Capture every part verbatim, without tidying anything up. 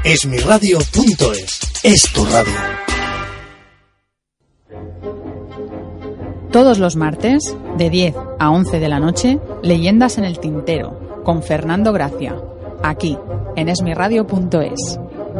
Esmiradio punto es. Es tu radio. Todos los martes, de diez a once de la noche, Leyendas en el Tintero, con Fernando Gracia, aquí, en esmiradio punto es.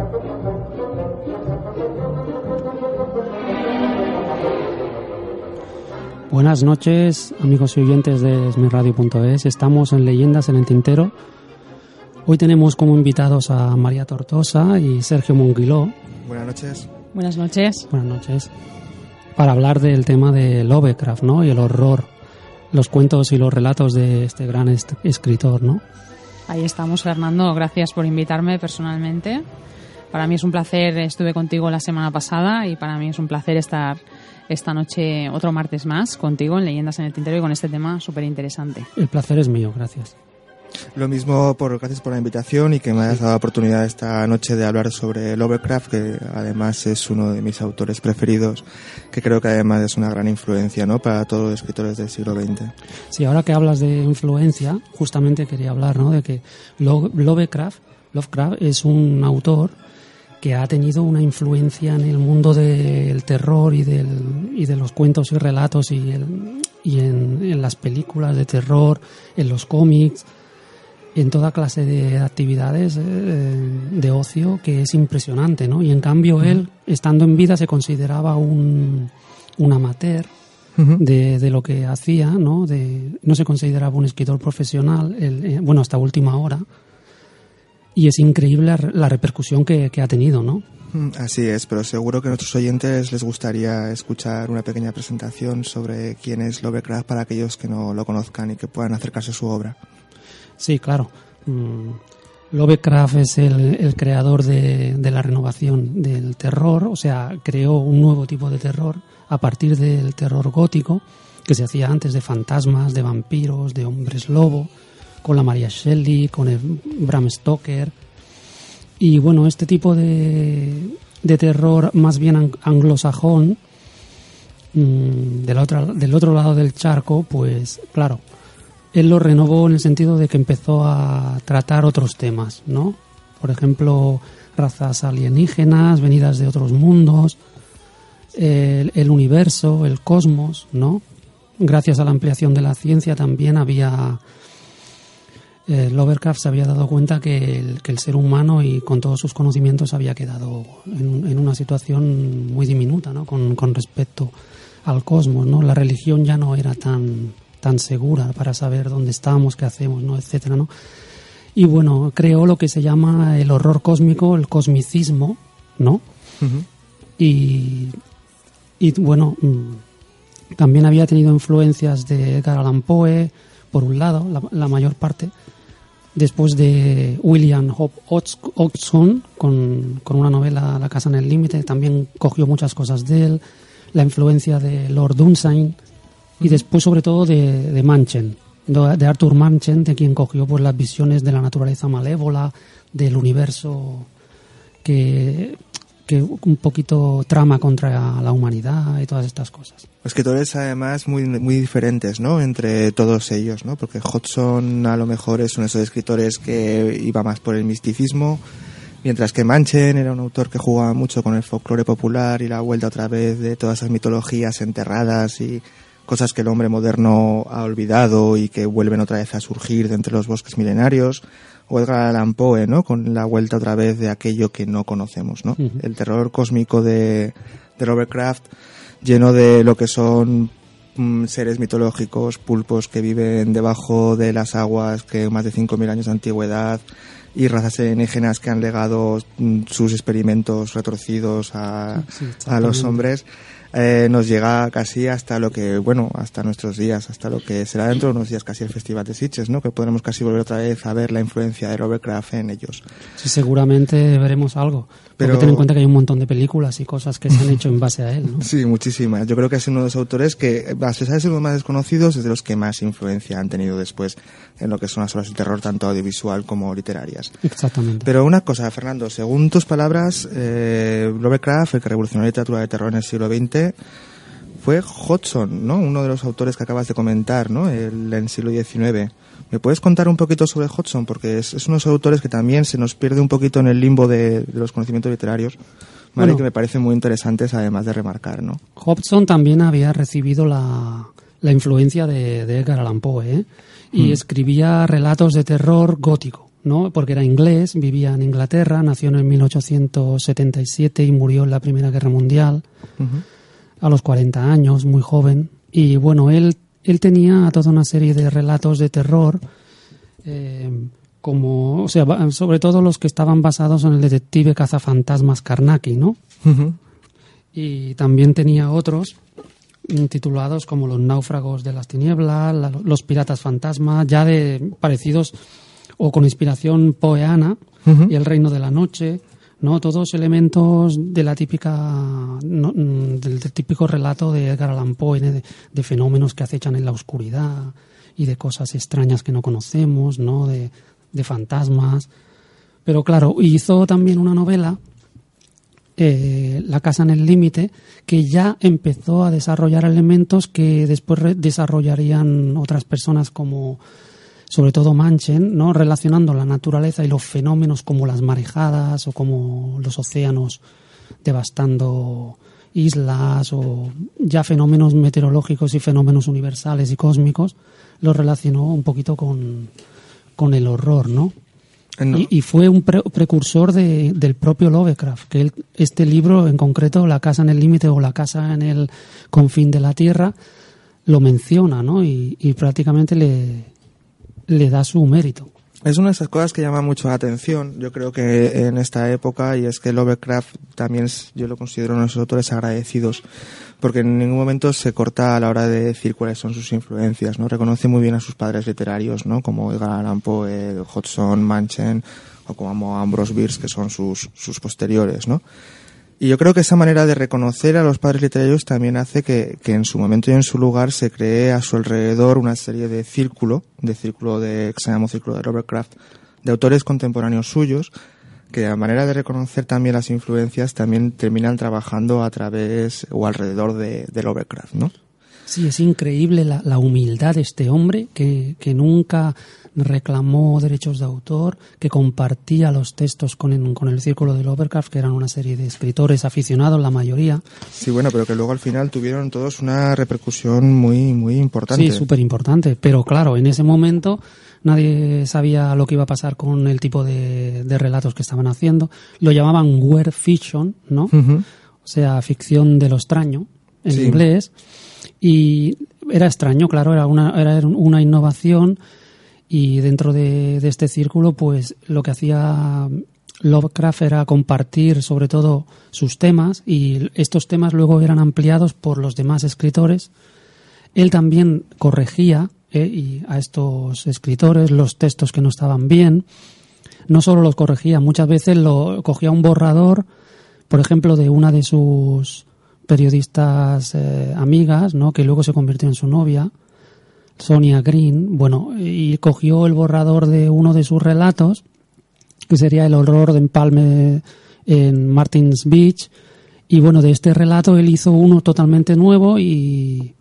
Buenas noches, amigos y oyentes de esmiradio punto es. Estamos en Leyendas en el Tintero. Hoy tenemos como invitados a María Tortosa y Sergio Monguiló. Buenas noches. Buenas noches. Buenas noches. Para hablar del tema de Lovecraft, ¿no? Y el horror, los cuentos y los relatos de este gran est- escritor, ¿no? Ahí estamos, Fernando. Gracias por invitarme personalmente. Para mí es un placer. Estuve contigo la semana pasada y para mí es un placer estar esta noche, otro martes más, contigo en Leyendas en el Tintero y con este tema súper interesante. El placer es mío, gracias. Lo mismo, por gracias por la invitación y que me hayas dado la oportunidad esta noche de hablar sobre Lovecraft, que además es uno de mis autores preferidos, que creo que además es una gran influencia, ¿no?, para todos los escritores del siglo veinte. Sí, ahora que hablas de influencia, justamente quería hablar, ¿no?, de que Lo- Lovecraft, Lovecraft es un autor que ha tenido una influencia en el mundo del terror y, del, y de los cuentos y relatos y, el, y en, en las películas de terror, en los cómics, en toda clase de actividades eh, de ocio, que es impresionante, ¿no? Y en cambio uh-huh. él, estando en vida, se consideraba un, un amateur uh-huh. de, de lo que hacía, ¿no? De, no se consideraba un escritor profesional, él, eh, bueno, hasta última hora. Y es increíble la, la repercusión que, que ha tenido, ¿no? Así es, pero seguro que a nuestros oyentes les gustaría escuchar una pequeña presentación sobre quién es Lovecraft para aquellos que no lo conozcan y que puedan acercarse a su obra. Sí, claro. Mm, Lovecraft es el, el creador de, de la renovación del terror, o sea, creó un nuevo tipo de terror a partir del terror gótico, que se hacía antes de fantasmas, de vampiros, de hombres lobo, con la Mary Shelley, con el Bram Stoker. Y bueno, este tipo de, de terror más bien anglosajón, mmm, del, otro, del otro lado del charco, pues claro, él lo renovó en el sentido de que empezó a tratar otros temas, ¿no? Por ejemplo, razas alienígenas, venidas de otros mundos, el, el universo, el cosmos, ¿no? Gracias a la ampliación de la ciencia también había... Eh, Lovecraft se había dado cuenta que el, que el ser humano, y con todos sus conocimientos, había quedado en, en una situación muy diminuta, ¿no? Con, con respecto al cosmos, ¿no? La religión ya no era tan... tan segura para saber dónde estamos, qué hacemos, ¿no?, etcétera, ¿no? Y bueno, creó lo que se llama el horror cósmico, el cosmicismo, ¿no? Uh-huh. Y, y bueno, también había tenido influencias de Edgar Allan Poe, por un lado, la, la mayor parte, después de William Hope Hodgson, con, con una novela, La casa en el límite, también cogió muchas cosas de él, la influencia de Lord Dunsany, y después sobre todo de, de Machen, de Arthur Machen, de quien cogió pues las visiones de la naturaleza malévola, del universo que, que un poquito trama contra la humanidad y todas estas cosas. Escritores además muy muy diferentes, ¿no?, entre todos ellos, ¿no? Porque Hodgson a lo mejor es uno de esos escritores que iba más por el misticismo, mientras que Machen era un autor que jugaba mucho con el folclore popular y la vuelta otra vez de todas esas mitologías enterradas y cosas que el hombre moderno ha olvidado y que vuelven otra vez a surgir de entre los bosques milenarios, o Edgar Allan Poe, ¿no?, con la vuelta otra vez de aquello que no conocemos, ¿no? Uh-huh. El terror cósmico de, de Lovecraft, lleno de lo que son mm, seres mitológicos, pulpos que viven debajo de las aguas, que más de cinco mil años de antigüedad, y razas alienígenas que han legado mm, sus experimentos retorcidos a, sí, a los hombres. Eh, nos llega casi hasta lo que, bueno, hasta nuestros días, hasta lo que será dentro de unos días casi el Festival de Sitges, ¿no?, que podremos casi volver otra vez a ver la influencia de Lovecraft en ellos. Sí, seguramente veremos algo. Pero ten en cuenta que hay un montón de películas y cosas que se han hecho en base a él, ¿no? Sí, muchísimas. Yo creo que es uno de los autores que, a pesar de ser uno de los más desconocidos, es de los que más influencia han tenido después en lo que son las obras de terror, tanto audiovisual como literarias. Exactamente. Pero una cosa, Fernando, según tus palabras, eh, Lovecraft, el que revolucionó la literatura de terror en el siglo veinte, fue Hodgson, ¿no?, uno de los autores que acabas de comentar, ¿no?, el, en el siglo diecinueve. ¿Me puedes contar un poquito sobre Hodgson? Porque es, es uno de los autores que también se nos pierde un poquito en el limbo de, de los conocimientos literarios, ¿vale? Bueno, que me parecen muy interesantes, además de remarcar, ¿no? Hodgson también había recibido la, la influencia de, de Edgar Allan Poe, ¿eh? Y mm. escribía relatos de terror gótico, ¿no? Porque era inglés, vivía en Inglaterra, nació en mil ochocientos setenta y siete y murió en la Primera Guerra Mundial, uh-huh. a los cuarenta años, muy joven. Y bueno, él, él tenía toda una serie de relatos de terror, eh, como, o sea, sobre todo los que estaban basados en el detective cazafantasmas Carnacki, ¿no? Uh-huh. Y también tenía otros titulados como Los náufragos de las tinieblas, la, Los piratas fantasmas, ya de parecidos o con inspiración poeana, uh-huh. y El reino de la noche, ¿no? Todos elementos de la típica, no, del, del típico relato de Edgar Allan Poe, de, de fenómenos que acechan en la oscuridad y de cosas extrañas que no conocemos, ¿no? De, de fantasmas. Pero claro, hizo también una novela, eh, La casa en el límite, que ya empezó a desarrollar elementos que después re- desarrollarían otras personas como, sobre todo Manchen, ¿no? Relacionando la naturaleza y los fenómenos como las marejadas o como los océanos devastando islas, o ya fenómenos meteorológicos y fenómenos universales y cósmicos, los relacionó un poquito con, con el horror, ¿no? No. Y, y fue un pre- precursor de, del propio Lovecraft, que él, este libro en concreto, La casa en el límite o La casa en el confín de la tierra, lo menciona, ¿no? Y, y prácticamente le, le da su mérito. Es una de esas cosas que llama mucho la atención, yo creo que en esta época, y es que Lovecraft también es, yo lo considero uno de los autores agradecidos, porque en ningún momento se corta a la hora de decir cuáles son sus influencias, ¿no? Reconoce muy bien a sus padres literarios, ¿no? Como Edgar Allan Poe, Hodgson, Manchen, o como Ambrose Bierce, que son sus, sus posteriores, ¿no? Y yo creo que esa manera de reconocer a los padres literarios también hace que, que en su momento y en su lugar se cree a su alrededor una serie de círculo, de círculo de, que se llama círculo de Lovecraft, de autores contemporáneos suyos, que a manera de reconocer también las influencias también terminan trabajando a través o alrededor de, de Lovecraft, ¿no? Sí, es increíble la, la humildad de este hombre que, que nunca reclamó derechos de autor, que compartía los textos con el, con el círculo de Lovecraft, que eran una serie de escritores aficionados, la mayoría. Sí, bueno, pero que luego al final tuvieron todos una repercusión muy, muy importante. Sí, súper importante, pero claro, en ese momento nadie sabía lo que iba a pasar con el tipo de, de relatos que estaban haciendo. Lo llamaban weird fiction, ¿no? Uh-huh. O sea, ficción de lo extraño, en sí. inglés. Y era extraño, claro, era una, era una innovación, y dentro de, de este círculo, pues lo que hacía Lovecraft era compartir sobre todo sus temas, y estos temas luego eran ampliados por los demás escritores. Él también corregía eh, y a estos escritores los textos que no estaban bien. No solo los corregía, muchas veces lo cogía un borrador, por ejemplo, de una de sus periodistas eh, amigas, ¿no? Que luego se convirtió en su novia, Sonia Green, bueno, y cogió el borrador de uno de sus relatos, que sería El horror de empalme en Martins Beach, y bueno, de este relato él hizo uno totalmente nuevo, y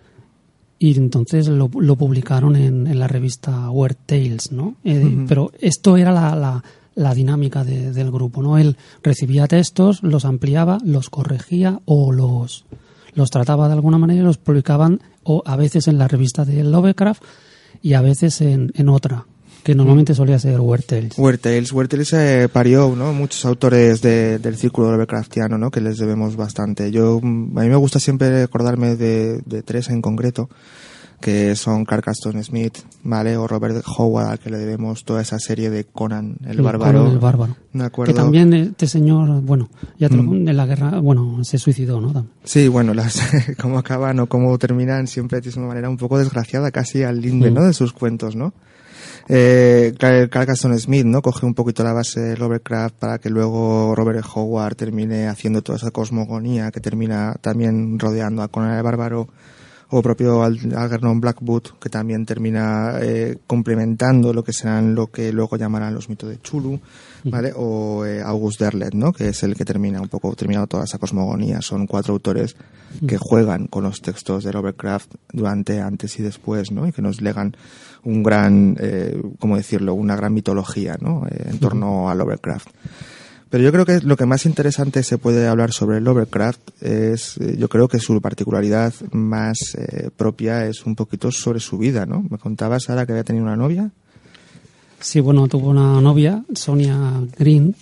y entonces lo, lo publicaron en, en la revista Weird Tales, ¿no? Eh, uh-huh. Pero esto era la, la la dinámica de, del grupo, ¿no? Él recibía textos, los ampliaba, los corregía o los, los trataba de alguna manera y los publicaban, o a veces en la revista de Lovecraft y a veces en, en otra, que normalmente solía ser Weird Tales. Weird Tales, Weird Tales eh, parió, ¿no? Muchos autores de, del círculo Lovecraftiano, ¿no? Que les debemos bastante. Yo, a mí me gusta siempre acordarme de, de tres en concreto, que son Clark Aston Smith, ¿vale? O Robert Howard, al que le debemos toda esa serie de Conan el Bárbaro. Conan el Bárbaro. Me acuerdo. Que también este señor, bueno, ya te lo, mm. en la guerra, bueno, se suicidó, ¿no? Sí, bueno, las, cómo acaban o cómo terminan siempre de una manera un poco desgraciada, casi al límite, mm. ¿no? De sus cuentos, ¿no? Eh, Clark Aston Smith, ¿no? Coge un poquito la base de Lovecraft para que luego Robert Howard termine haciendo toda esa cosmogonía que termina también rodeando a Conan el Bárbaro. o propio Algernon Blackwood, que también termina eh, complementando lo que serán lo que luego llamarán los mitos de Chulu, ¿vale? O eh, August Derleth, ¿no? Que es el que termina un poco, terminado toda esa cosmogonía. Son cuatro autores que juegan con los textos de Lovecraft durante, antes y después, ¿no? Y que nos legan un gran, eh, ¿cómo decirlo? Una gran mitología, ¿no? Eh, en torno a Lovecraft. Pero yo creo que lo que más interesante se puede hablar sobre Lovecraft es, yo creo que su particularidad más eh, propia es un poquito sobre su vida, ¿no? Me contabas, Sara, que había tenido una novia. Sí, bueno, tuvo una novia, Sonia Green,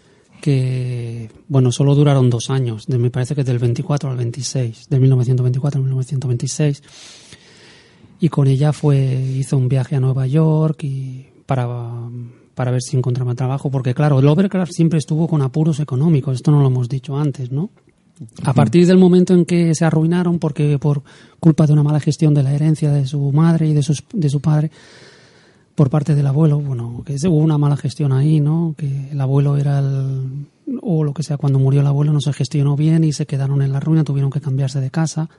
que, bueno, solo duraron dos años, de, me parece que del veinticuatro al veintiséis, de mil novecientos veinticuatro a mil novecientos veintiséis, y con ella fue, hizo un viaje a Nueva York y para... para ver si encontraba trabajo, porque claro, Lovecraft siempre estuvo con apuros económicos, esto no lo hemos dicho antes, ¿no? A partir del momento en que se arruinaron, porque por culpa de una mala gestión de la herencia de su madre y de, sus, de su padre, por parte del abuelo, bueno, que hubo una mala gestión ahí, ¿no? Que el abuelo era el... o lo que sea, cuando murió el abuelo no se gestionó bien y se quedaron en la ruina, tuvieron que cambiarse de casa,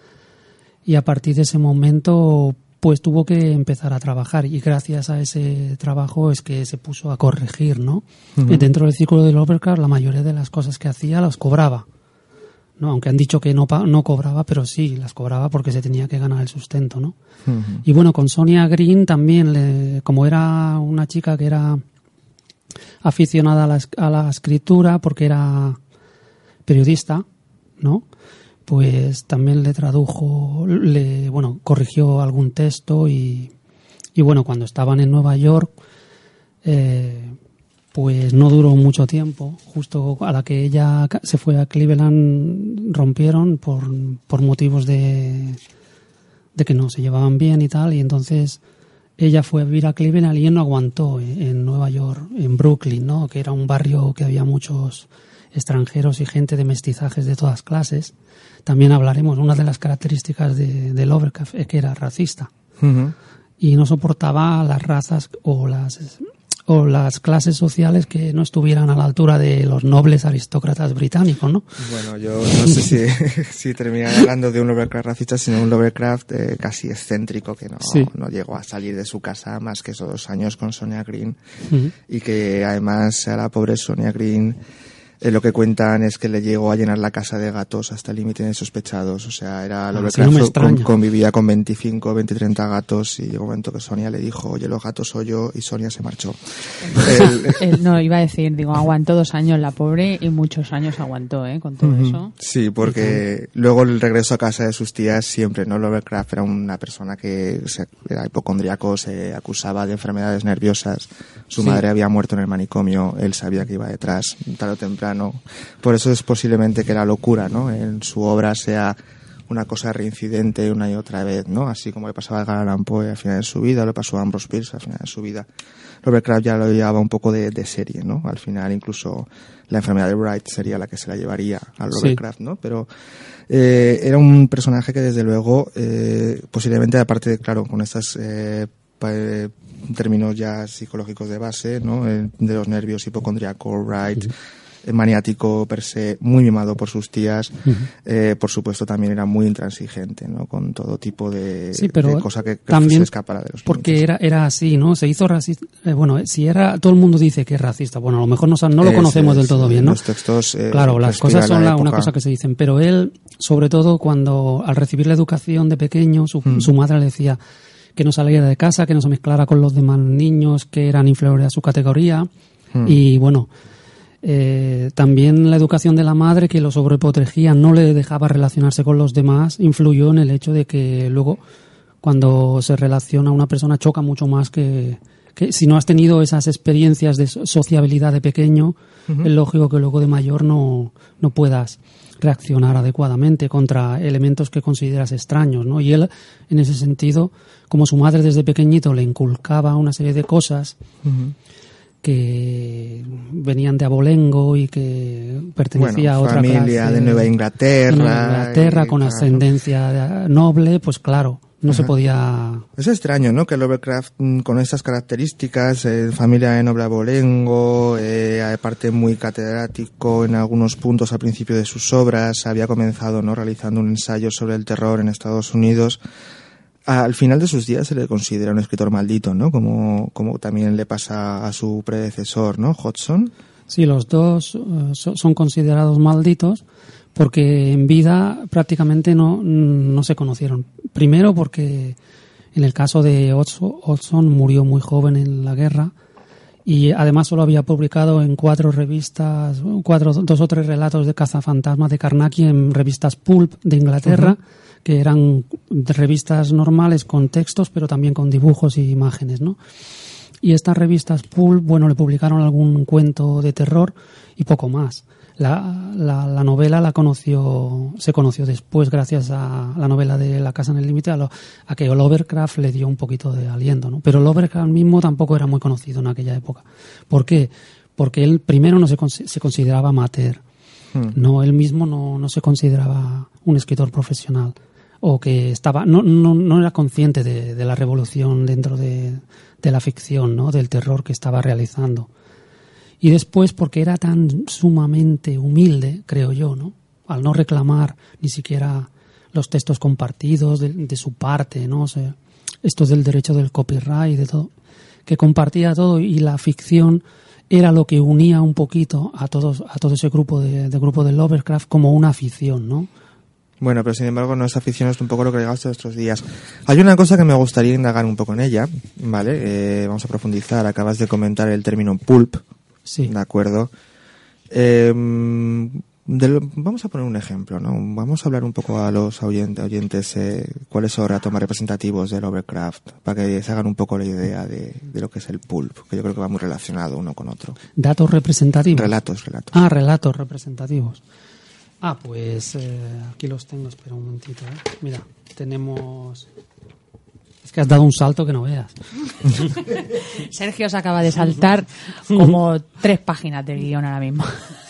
y a partir de ese momento... pues tuvo que empezar a trabajar, y gracias a ese trabajo es que se puso a corregir, ¿no? Uh-huh. Dentro del círculo de Lovecraft, la mayoría de las cosas que hacía las cobraba, ¿no? Aunque han dicho que no, no cobraba, pero sí, las cobraba porque se tenía que ganar el sustento, ¿no? Uh-huh. Y bueno, con Sonia Green también, le, como era una chica que era aficionada a la, a la escritura, porque era periodista, ¿no? Pues también le tradujo, le bueno, corrigió algún texto y, y bueno, cuando estaban en Nueva York, eh, pues no duró mucho tiempo. Justo a la que ella se fue a Cleveland rompieron por, por motivos de, de que no se llevaban bien y tal, y entonces ella fue a vivir a Cleveland y él no aguantó en, en Nueva York, en Brooklyn, ¿no? Que era un barrio que había muchos extranjeros y gente de mestizajes de todas clases. También hablaremos, una de las características de, de Lovecraft es que era racista. Uh-huh. Y no soportaba las razas o las o las clases sociales que no estuvieran a la altura de los nobles aristócratas británicos, ¿no? Bueno, yo no sé si, si terminan hablando de un Lovecraft racista, sino un Lovecraft eh, casi excéntrico, que no, sí. no llegó a salir de su casa más que esos dos años con Sonia Green. Uh-huh. Y que además a la pobre Sonia Green... Eh, lo que cuentan es que le llegó a llenar la casa de gatos hasta el límite de sospechados. O sea, era lo que no con, convivía con veinticinco, veinte, treinta gatos, y llegó un momento que Sonia le dijo, oye, los gatos soy yo, y Sonia se marchó. el, el, no, iba a decir, digo, aguantó dos años la pobre y muchos años aguantó, ¿eh? Con todo uh-huh. eso. Sí, porque uh-huh. luego el regreso a casa de sus tías siempre, ¿no? Lovecraft era una persona que se, era hipocondríaco, se acusaba de enfermedades nerviosas. Su sí. madre había muerto en el manicomio, él sabía que iba detrás, tarde o temprano. Por eso es posiblemente que la locura, ¿no? En su obra sea una cosa reincidente una y otra vez, ¿no? Así como le pasaba a Edgar Allan Poe al final de su vida, le pasó a Ambrose Bierce al final de su vida. Lovecraft ya lo llevaba un poco de, de serie, ¿no? Al final incluso la enfermedad de Wright sería la que se la llevaría a Lovecraft, sí. ¿no? Pero eh, era un personaje que desde luego, eh, posiblemente aparte de, claro, con estos eh, términos ya psicológicos de base, ¿no? De los nervios, hipocondríaco, Wright... Uh-huh. maniático per se, muy mimado por sus tías, uh-huh. eh, por supuesto también era muy intransigente, ¿no? Con todo tipo de, sí, pero de cosa que, que también se escapara de los porque límites. era era así, ¿no? Se hizo racista, eh, bueno, si era, todo el mundo dice que es racista, bueno, a lo mejor no, no lo conocemos es, del todo bien, ¿no? Los textos, eh, claro, las cosas son la, una cosa que se dicen, pero él, sobre todo cuando al recibir la educación de pequeño, su, mm. su madre le decía que no saliera de casa, que no se mezclara con los demás niños que eran inferiores a su categoría, mm. y bueno, Eh, también la educación de la madre, que lo sobreprotegía, no le dejaba relacionarse con los demás, influyó en el hecho de que luego cuando se relaciona una persona choca mucho más que, que si no has tenido esas experiencias de sociabilidad de pequeño, uh-huh. es lógico que luego de mayor no, no puedas reaccionar adecuadamente contra elementos que consideras extraños, ¿no? Y él, en ese sentido, como su madre desde pequeñito le inculcaba una serie de cosas uh-huh. que venían de abolengo y que pertenecía bueno, a otra familia clase de Nueva Inglaterra, de Nueva Inglaterra y, con claro. ascendencia noble, pues claro, No Ajá. se podía... Es extraño, ¿no? Que Lovecraft, con estas características, eh, familia de noble abolengo, eh, aparte muy catedrático en algunos puntos al principio de sus obras, había comenzado, ¿no?, realizando un ensayo sobre el terror en Estados Unidos. Al final de sus días se le considera un escritor maldito, ¿no? Como, como también le pasa a su predecesor, ¿no?, Hodgson. Sí, los dos uh, so, son considerados malditos porque en vida prácticamente no, no se conocieron. Primero porque en el caso de Hodgson murió muy joven en la guerra y además solo había publicado en cuatro revistas, cuatro, dos o tres relatos de cazafantasmas de Carnacki en revistas pulp de Inglaterra, uh-huh. que eran revistas normales con textos pero también con dibujos y imágenes, ¿no? Y estas revistas pulp, bueno, le publicaron algún cuento de terror y poco más. La, la, la novela la conoció, se conoció después gracias a la novela de La casa en el límite, a, lo, a que Lovecraft le dio un poquito de aliento, ¿no? Pero Lovecraft mismo tampoco era muy conocido en aquella época. ¿Por qué? Porque él primero no se, se consideraba amateur. Hmm. No, él mismo no, no se consideraba un escritor profesional. O que estaba, no, no, no era consciente de, de la revolución dentro de, de la ficción, ¿no? Del terror que estaba realizando. Y después porque era tan sumamente humilde, creo yo, ¿no? Al no reclamar ni siquiera los textos compartidos de, de su parte, ¿no? O sea, esto del derecho del copyright y de todo, que compartía todo y la ficción era lo que unía un poquito a todos, a todo ese grupo de, de grupo de Lovecraft como una afición, ¿no? Bueno, pero sin embargo nuestra afición es un poco lo que llegamos a estos días. Hay una cosa que me gustaría indagar un poco en ella, ¿vale? Eh, vamos a profundizar. Acabas de comentar el término pulp. Sí. De acuerdo. Eh, de lo, vamos a poner un ejemplo, ¿no? Vamos a hablar un poco a los oyentes, oyentes eh, cuáles son los relatos más representativos de Lovecraft, para que se hagan un poco la idea de, de lo que es el pulp, que yo creo que va muy relacionado uno con otro. ¿Datos representativos? Relatos, relatos. Ah, relatos representativos. Ah, pues eh, aquí los tengo, espera un momentito, ¿eh? Mira, tenemos... Es que has dado un salto que no veas. Sergio se acaba de saltar como tres páginas del guión ahora mismo.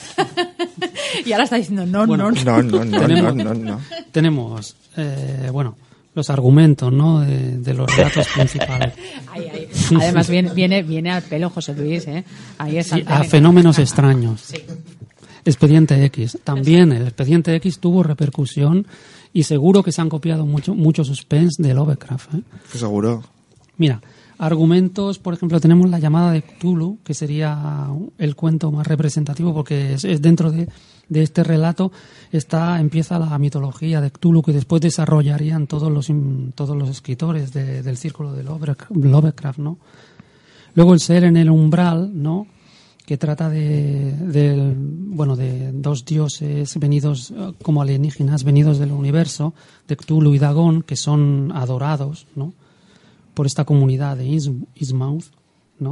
Y ahora está diciendo no, bueno, no, no, no, no, tenemos, no, no, no. Tenemos, eh, bueno, los argumentos, ¿no? De, de los relatos principales. Ay, ay. Además viene, viene, viene al pelo José Luis, ¿eh? Ahí es sí, a fenómenos extraños. Sí. Expediente X. También el Expediente X tuvo repercusión y seguro que se han copiado mucho, mucho suspense de Lovecraft, ¿eh? Seguro. Mira, argumentos, por ejemplo, tenemos La llamada de Cthulhu, que sería el cuento más representativo porque es, es dentro de, de este relato está empieza la mitología de Cthulhu que después desarrollarían todos los todos los escritores de, del círculo de Lovecraft, ¿no? Luego el ser en el umbral, ¿no? Que trata de, de bueno de dos dioses venidos como alienígenas venidos del universo, de Cthulhu y Dagon, que son adorados, ¿no? Por esta comunidad de Innsmouth, ¿no?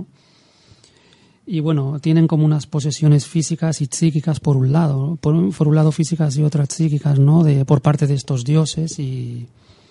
Y bueno, tienen como unas posesiones físicas y psíquicas por un lado, ¿no? por, por un lado físicas y otras psíquicas, ¿no? De por parte de estos dioses y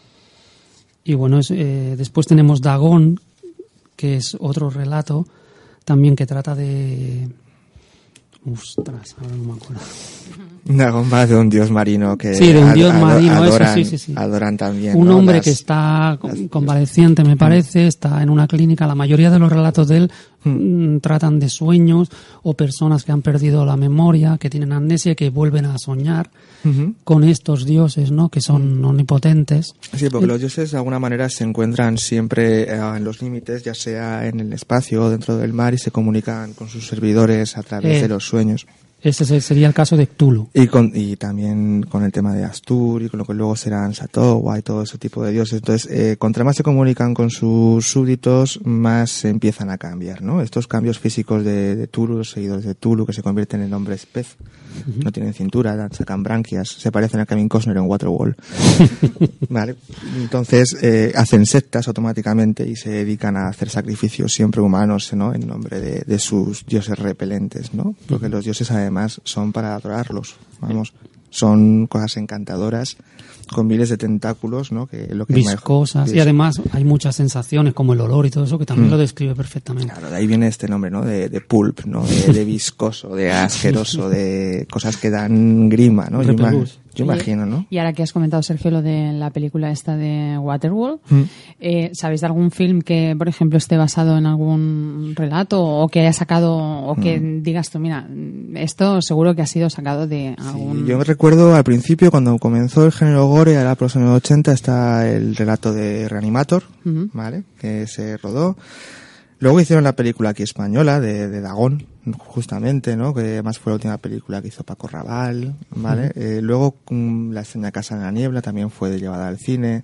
y bueno, es, eh, después tenemos Dagon, que es otro relato también que trata de... Ostras, ahora no me acuerdo. Dagon va de un dios marino que sí, de un ad- dios ad- marino, adoran, eso sí, sí, sí. adoran también. Un ¿no? hombre Las- que está las- convaleciente, me parece, está en una clínica. La mayoría de los relatos de él mm, tratan de sueños o personas que han perdido la memoria, que tienen amnesia y que vuelven a soñar Ujú. con estos dioses, ¿no? Que son omnipotentes. Sí, porque los dioses de alguna manera se encuentran siempre eh, en los límites, ya sea en el espacio o dentro del mar, y se comunican con sus servidores a través Eh. de los sueños. Ese sería el caso de Cthulhu. Y, con, y también con el tema de Astur y con lo que luego serán Satowa y todo ese tipo de dioses. Entonces, eh, contra más se comunican con sus súbditos, más se empiezan a cambiar, ¿no? Estos cambios físicos de, de Tulu, los seguidores de Tulu, que se convierten en hombres pez, uh-huh. no tienen cintura, sacan branquias, se parecen a Kevin Costner en Waterworld. ¿Vale? Entonces, eh, hacen sectas automáticamente y se dedican a hacer sacrificios siempre humanos, ¿no? En nombre de, de sus dioses repelentes, ¿no? Porque uh-huh. los dioses además son para adorarlos, vamos, son cosas encantadoras con miles de tentáculos, ¿no? Que lo que viscosas me... y además hay muchas sensaciones como el olor y todo eso que también mm. lo describe perfectamente. Claro, de ahí viene este nombre, ¿no? De, de pulp, ¿no? De, de viscoso, de asqueroso, de cosas que dan grima, ¿no? Grima, Yo Oye, imagino, ¿no? Y ahora que has comentado, Sergio, lo de la película esta de Waterworld, Mm. eh, ¿sabéis de algún film que, por ejemplo, esté basado en algún relato o que haya sacado, o que Mm. digas tú, mira, esto seguro que ha sido sacado de algún... Sí, yo me recuerdo al principio, cuando comenzó el género gore, a los años ochenta, está el relato de Reanimator, Ujú. ¿vale? Que se rodó. Luego hicieron la película aquí española de, de Dagón, justamente, ¿no? Que además fue la última película que hizo Paco Raval, ¿vale? Uh-huh. Eh, luego um, La extraña casa en la niebla también fue llevada al cine.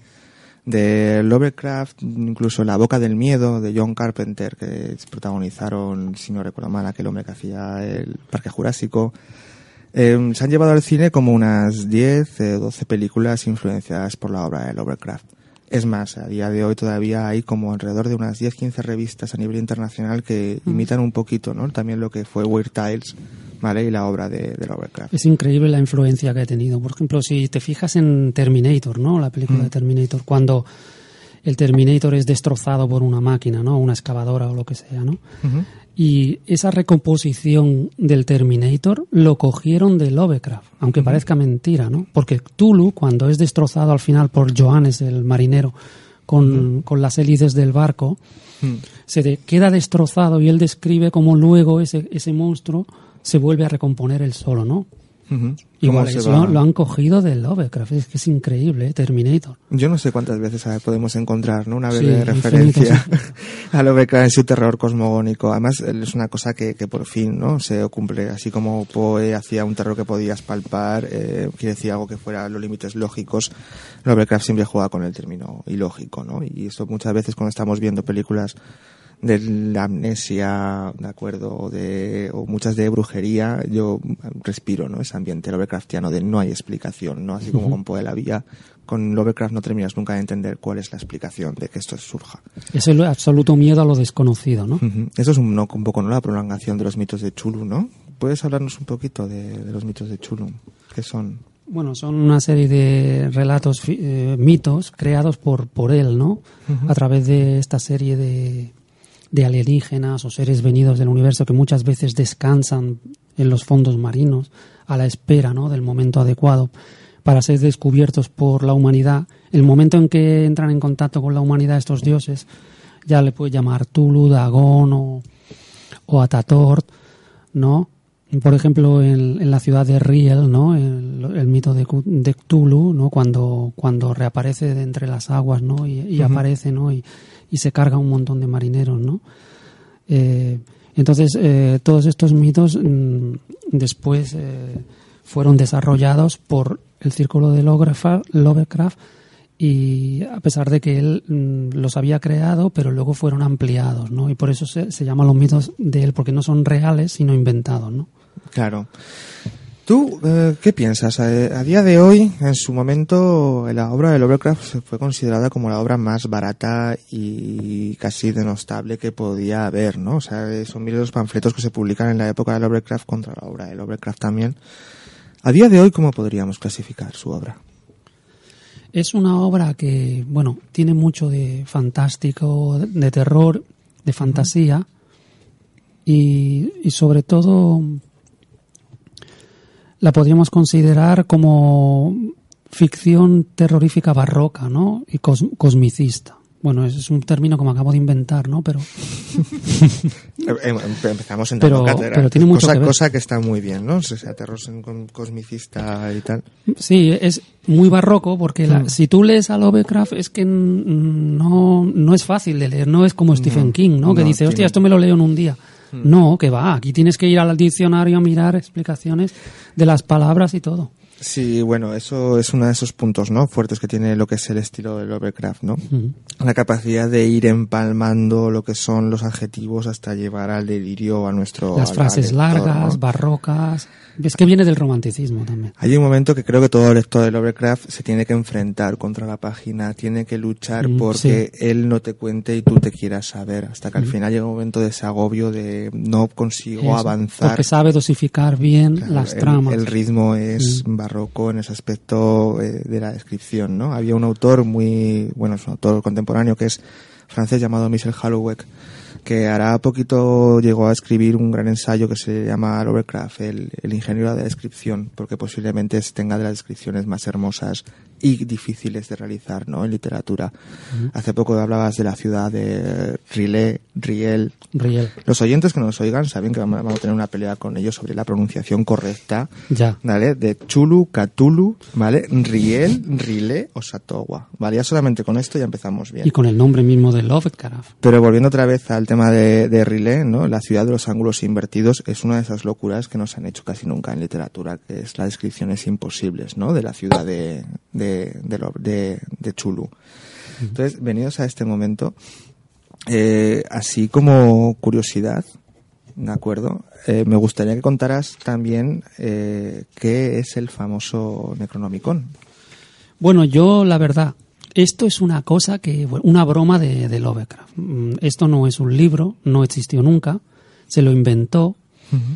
De Lovecraft, incluso La boca del miedo, de John Carpenter, que protagonizaron, si no recuerdo mal, aquel hombre que hacía el Parque Jurásico. Eh, se han llevado al cine como unas diez o doce películas influenciadas por la obra de Lovecraft. Es más, a día de hoy todavía hay como alrededor de unas diez quince revistas a nivel internacional que mm. imitan un poquito, ¿no? También lo que fue Weird Tales, ¿vale? Y la obra de, de Lovecraft. Es increíble la influencia que ha tenido. Por ejemplo, si te fijas en Terminator, ¿no? La película mm. de Terminator, cuando el Terminator es destrozado por una máquina, ¿no? Una excavadora o lo que sea, ¿no? Uh-huh. Y esa recomposición del Terminator lo cogieron de Lovecraft, aunque uh-huh. parezca mentira, ¿no? Porque Cthulhu, cuando es destrozado al final por Johannes, el marinero, con, uh-huh. con las hélices del barco, uh-huh. se de, queda destrozado y él describe cómo luego ese, ese monstruo se vuelve a recomponer él solo, ¿no? Uh-huh. Igual eso lo, lo han cogido de Lovecraft, es que es increíble, ¿eh? Terminator. Yo no sé cuántas veces a ver, podemos encontrar, ¿no? Una breve sí, referencia a Lovecraft en su terror cosmogónico. Además, es una cosa que, que por fin, ¿no? Se cumple. Así como Poe hacía un terror que podías palpar, eh, quiere decir algo que fuera los límites lógicos. Lovecraft siempre juega con el término ilógico, ¿no? Y eso muchas veces cuando estamos viendo películas de la amnesia, de acuerdo, o de o muchas de brujería, yo respiro, ¿no? Ese ambiente Lovecraftiano de no hay explicación, ¿no? Así como uh-huh. con Poe la Vía, con Lovecraft no terminas nunca de entender cuál es la explicación de que esto surja. Es el absoluto miedo a lo desconocido, ¿no? Uh-huh. Eso es un, no, un poco, ¿no? La prolongación de los mitos de Cthulhu, ¿no? ¿Puedes hablarnos un poquito de, de los mitos de Cthulhu? ¿Qué son? Bueno, son una serie de relatos, eh, mitos creados por, por él, ¿no? Uh-huh. A través de esta serie de de alienígenas o seres venidos del universo que muchas veces descansan en los fondos marinos a la espera, ¿no? del momento adecuado para ser descubiertos por la humanidad. El momento en que entran en contacto con la humanidad estos dioses, ya le puedes llamar Tulu, Dagón o, o Atatort, ¿no? Por ejemplo, en, en la ciudad de Riel, ¿no? El, el mito de, de Cthulhu, ¿no? Cuando, cuando reaparece de entre las aguas, ¿no? Y, y uh-huh. aparece, ¿no? Y, y se carga un montón de marineros, ¿no? Eh, entonces, eh, todos estos mitos mmm, después eh, fueron desarrollados por el círculo de Lovecraft, y a pesar de que él mmm, los había creado, pero luego fueron ampliados, ¿no? Y por eso se, se llaman los mitos de él, porque no son reales, sino inventados, ¿no? Claro. ¿Tú eh, qué piensas? A, a día de hoy, en su momento, la obra de Lovecraft fue considerada como la obra más barata y casi denostable que podía haber, ¿no? O sea, son miles los panfletos que se publican en la época de Lovecraft contra la obra de Lovecraft también. A día de hoy, ¿cómo podríamos clasificar su obra? Es una obra que, bueno, tiene mucho de fantástico, de terror, de fantasía, uh-huh. y, y sobre todo la podríamos considerar como ficción terrorífica barroca, ¿no? Y cos- cosmicista. Bueno, es un término que me acabo de inventar, ¿no? Pero empezamos en pero, cátedra. Pero tiene mucho cosa, que ver. Cosa que está muy bien, ¿no? O sea, terror cosmicista y tal. Sí, es muy barroco porque la, mm. si tú lees a Lovecraft es que no, no es fácil de leer, no es como Stephen no, King, ¿no? Que no, dice, hostia, esto me lo leo en un día. Mm. No, que va, aquí tienes que ir al diccionario a mirar explicaciones de las palabras y todo. Sí, bueno, eso es uno de esos puntos, ¿no? Fuertes que tiene lo que es el estilo de Lovecraft, ¿no? Uh-huh. La capacidad de ir empalmando lo que son los adjetivos hasta llevar al delirio a nuestro... Las frases lector, largas, ¿no? Barrocas... Es que viene del romanticismo también. Hay un momento que creo que todo lector de Lovecraft se tiene que enfrentar contra la página, tiene que luchar mm, porque sí. él no te cuente y tú te quieras saber, hasta que mm. al final llega un momento de ese agobio de no consigo Eso, avanzar. Porque sabe dosificar bien claro, las el, tramas. El ritmo es mm. barroco en ese aspecto eh, de la descripción, ¿no? Había un autor muy, bueno, es un autor contemporáneo que es francés llamado Michel Houellebecq, que hará poquito llegó a escribir un gran ensayo que se llama Lovecraft, el, el ingeniero de la descripción, porque posiblemente tenga de las descripciones más hermosas y difíciles de realizar, ¿no?, en literatura. Uh-huh. Hace poco hablabas de la ciudad de Rilé, Riel. Riel. Los oyentes que nos oigan saben que vamos a tener una pelea con ellos sobre la pronunciación correcta, ya, ¿vale?, de Chulu, Cthulhu, ¿vale?, Riel, Rilé o Satowa, ¿vale? Ya solamente con esto ya empezamos bien. Y con el nombre mismo de Lovecraft. Pero volviendo otra vez al tema de, de Rilé, ¿no?, la ciudad de los ángulos invertidos es una de esas locuras que no se han hecho casi nunca en literatura, que es las descripciones imposibles, ¿no?, de la ciudad de, de De, de, de Chulu. Entonces, venidos a este momento, eh, así como curiosidad, ¿de acuerdo? Eh, me gustaría que contaras también eh, qué es el famoso Necronomicon. Bueno, yo la verdad, esto es una cosa que, una broma de, de Lovecraft. Esto no es un libro, no existió nunca, se lo inventó. Uh-huh.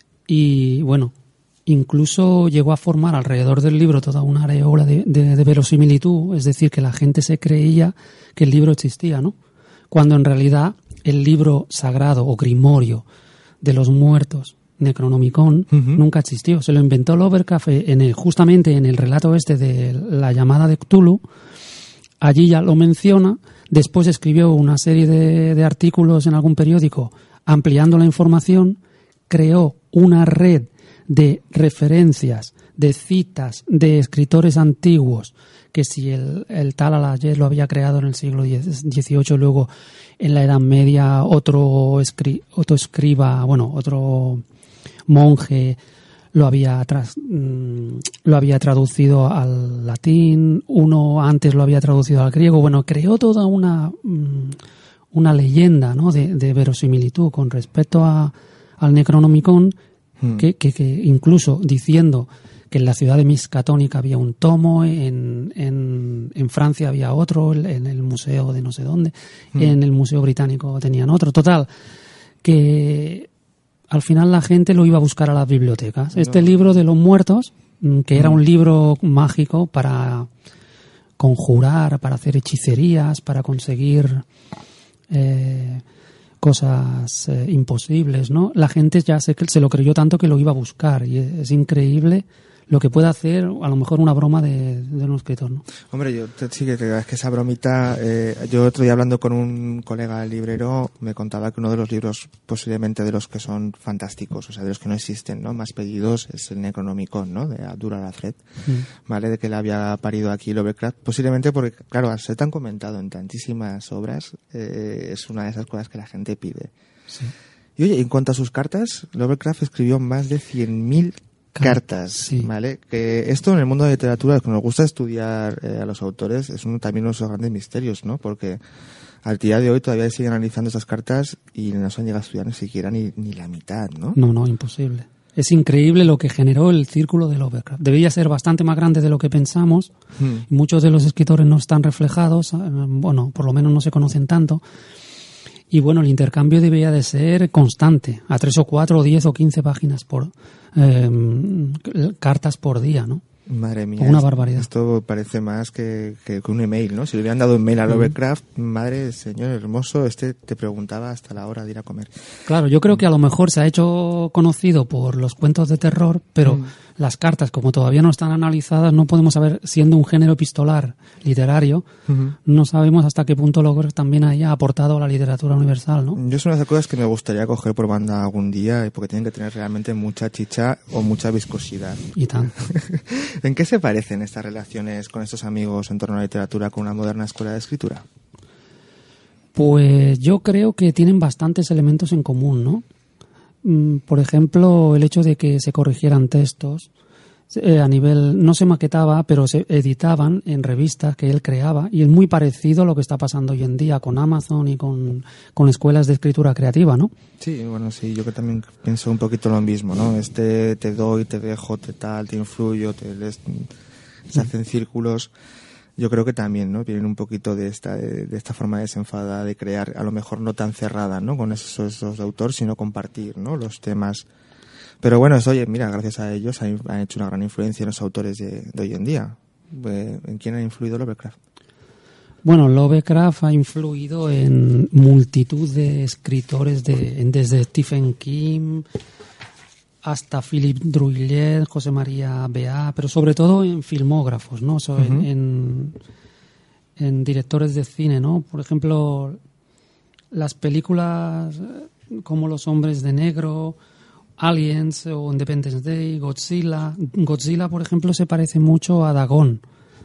Y bueno, incluso llegó a formar alrededor del libro toda una areola de, de, de verosimilitud, es decir, que la gente se creía que el libro existía, ¿no? Cuando en realidad el libro sagrado o grimorio de los muertos, Necronomicon, uh-huh, nunca existió. Se lo inventó Lovecraft en el, justamente en el relato este de la llamada de Cthulhu. Allí ya lo menciona. Después escribió una serie de, de artículos en algún periódico ampliando la información. Creó una red de referencias, de citas de escritores antiguos, que si el, el tal Al-Ayer lo había creado en el siglo dieciocho, luego en la Edad Media otro, escri, otro escriba, bueno, otro monje lo había, tras, mmm, lo había traducido al latín, uno antes lo había traducido al griego. Bueno, creó toda una, mmm, una leyenda, ¿no?, de, de verosimilitud con respecto a, al Necronomicon. Que, que, que incluso diciendo que en la ciudad de Miskatonic había un tomo, en, en, en Francia había otro, en el museo de no sé dónde, mm. en el Museo Británico tenían otro. Total, que al final la gente lo iba a buscar a las bibliotecas. No. Este libro de los muertos, que era mm. un libro mágico para conjurar, para hacer hechicerías, para conseguir Eh, cosas eh, imposibles, ¿no? La gente ya se, se lo creyó tanto que lo iba a buscar, y es, es increíble lo que puede hacer a lo mejor una broma de, de un escritor, ¿no? Hombre, yo te, sí que es que esa bromita, eh, yo otro día hablando con un colega librero me contaba que uno de los libros posiblemente de los que son fantásticos, o sea, de los que no existen, ¿no?, más pedidos, es el Necronomicon, ¿no?, de Abdul Alfred, mm. ¿vale?, de que le había parido aquí Lovecraft, posiblemente porque, claro, al ser tan comentado en tantísimas obras, eh, es una de esas cosas que la gente pide. Sí. Y oye, en cuanto a sus cartas, Lovecraft escribió más de cien mil cartas, sí. ¿vale? Que esto en el mundo de la literatura, que nos gusta estudiar eh, a los autores, es uno también uno de los grandes misterios, ¿no? Porque al día de hoy todavía siguen analizando esas cartas y no se han llegado a estudiar ni siquiera ni, ni la mitad, ¿no? No, no, imposible. Es increíble lo que generó el círculo de Lovecraft. Debía ser bastante más grande de lo que pensamos. Hmm. Muchos de los escritores no están reflejados, bueno, por lo menos no se conocen tanto. Y bueno, el intercambio debía de ser constante, a tres o cuatro o diez o quince páginas por eh, cartas por día, ¿no? Madre mía. Una barbaridad. Esto parece más que, que, que un email, ¿no? Si le hubieran dado un mail a Lovecraft, mm. madre, señor hermoso, este te preguntaba hasta la hora de ir a comer. Claro, yo creo que a lo mejor se ha hecho conocido por los cuentos de terror, pero mm. las cartas, como todavía no están analizadas, no podemos saber, siendo un género epistolar literario, uh-huh. no sabemos hasta qué punto Lovecraft también haya aportado a la literatura universal, ¿no? Yo es una de las cosas que me gustaría coger por banda algún día, porque tienen que tener realmente mucha chicha o mucha viscosidad. Y tal. ¿En qué se parecen estas relaciones con estos amigos en torno a la literatura con una moderna escuela de escritura? Pues yo creo que tienen bastantes elementos en común, ¿no? Por ejemplo, el hecho de que se corrigieran textos eh, a nivel, no se maquetaba, pero se editaban en revistas que él creaba, y es muy parecido a lo que está pasando hoy en día con Amazon y con, con escuelas de escritura creativa, ¿no? Sí, bueno, sí, yo que también pienso un poquito lo mismo, ¿no? Este te doy, te dejo, te tal, te influyo, te les, se hacen círculos. Yo creo que también, ¿no? Vienen un poquito de esta de, de esta forma desenfadada de crear, a lo mejor no tan cerrada, ¿no? Con esos, esos autores, sino compartir, ¿no? Los temas. Pero bueno, eso, oye, mira, gracias a ellos han, han hecho una gran influencia en los autores de, de hoy en día. ¿En quién ha influido Lovecraft? Bueno, Lovecraft ha influido en multitud de escritores, de, desde Stephen King hasta Philip Druyler, José María Beá, pero sobre todo en filmógrafos, ¿no? So, uh-huh. en, en, en directores de cine, ¿no? Por ejemplo, las películas como Los Hombres de Negro, Aliens o Independence Day, Godzilla. Godzilla, por ejemplo, se parece mucho a Dagón,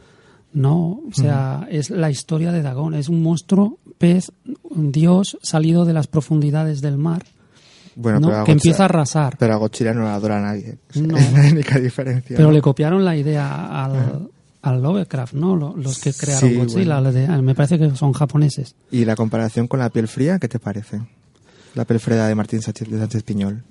¿no? O sea, uh-huh. es la historia de Dagón. Es un monstruo, pez, un dios salido de las profundidades del mar, bueno, ¿no? que Godzilla, empieza a arrasar. Pero a Godzilla no lo adora nadie. No. Es la única diferencia. Pero ¿no? le copiaron la idea al, uh-huh. al Lovecraft, ¿no? Los que crearon sí, Godzilla. Bueno. De, me parece que son japoneses. ¿Y la comparación con La piel fría, qué te parece? La piel fría de Martín Sánchez, de Sánchez Piñol.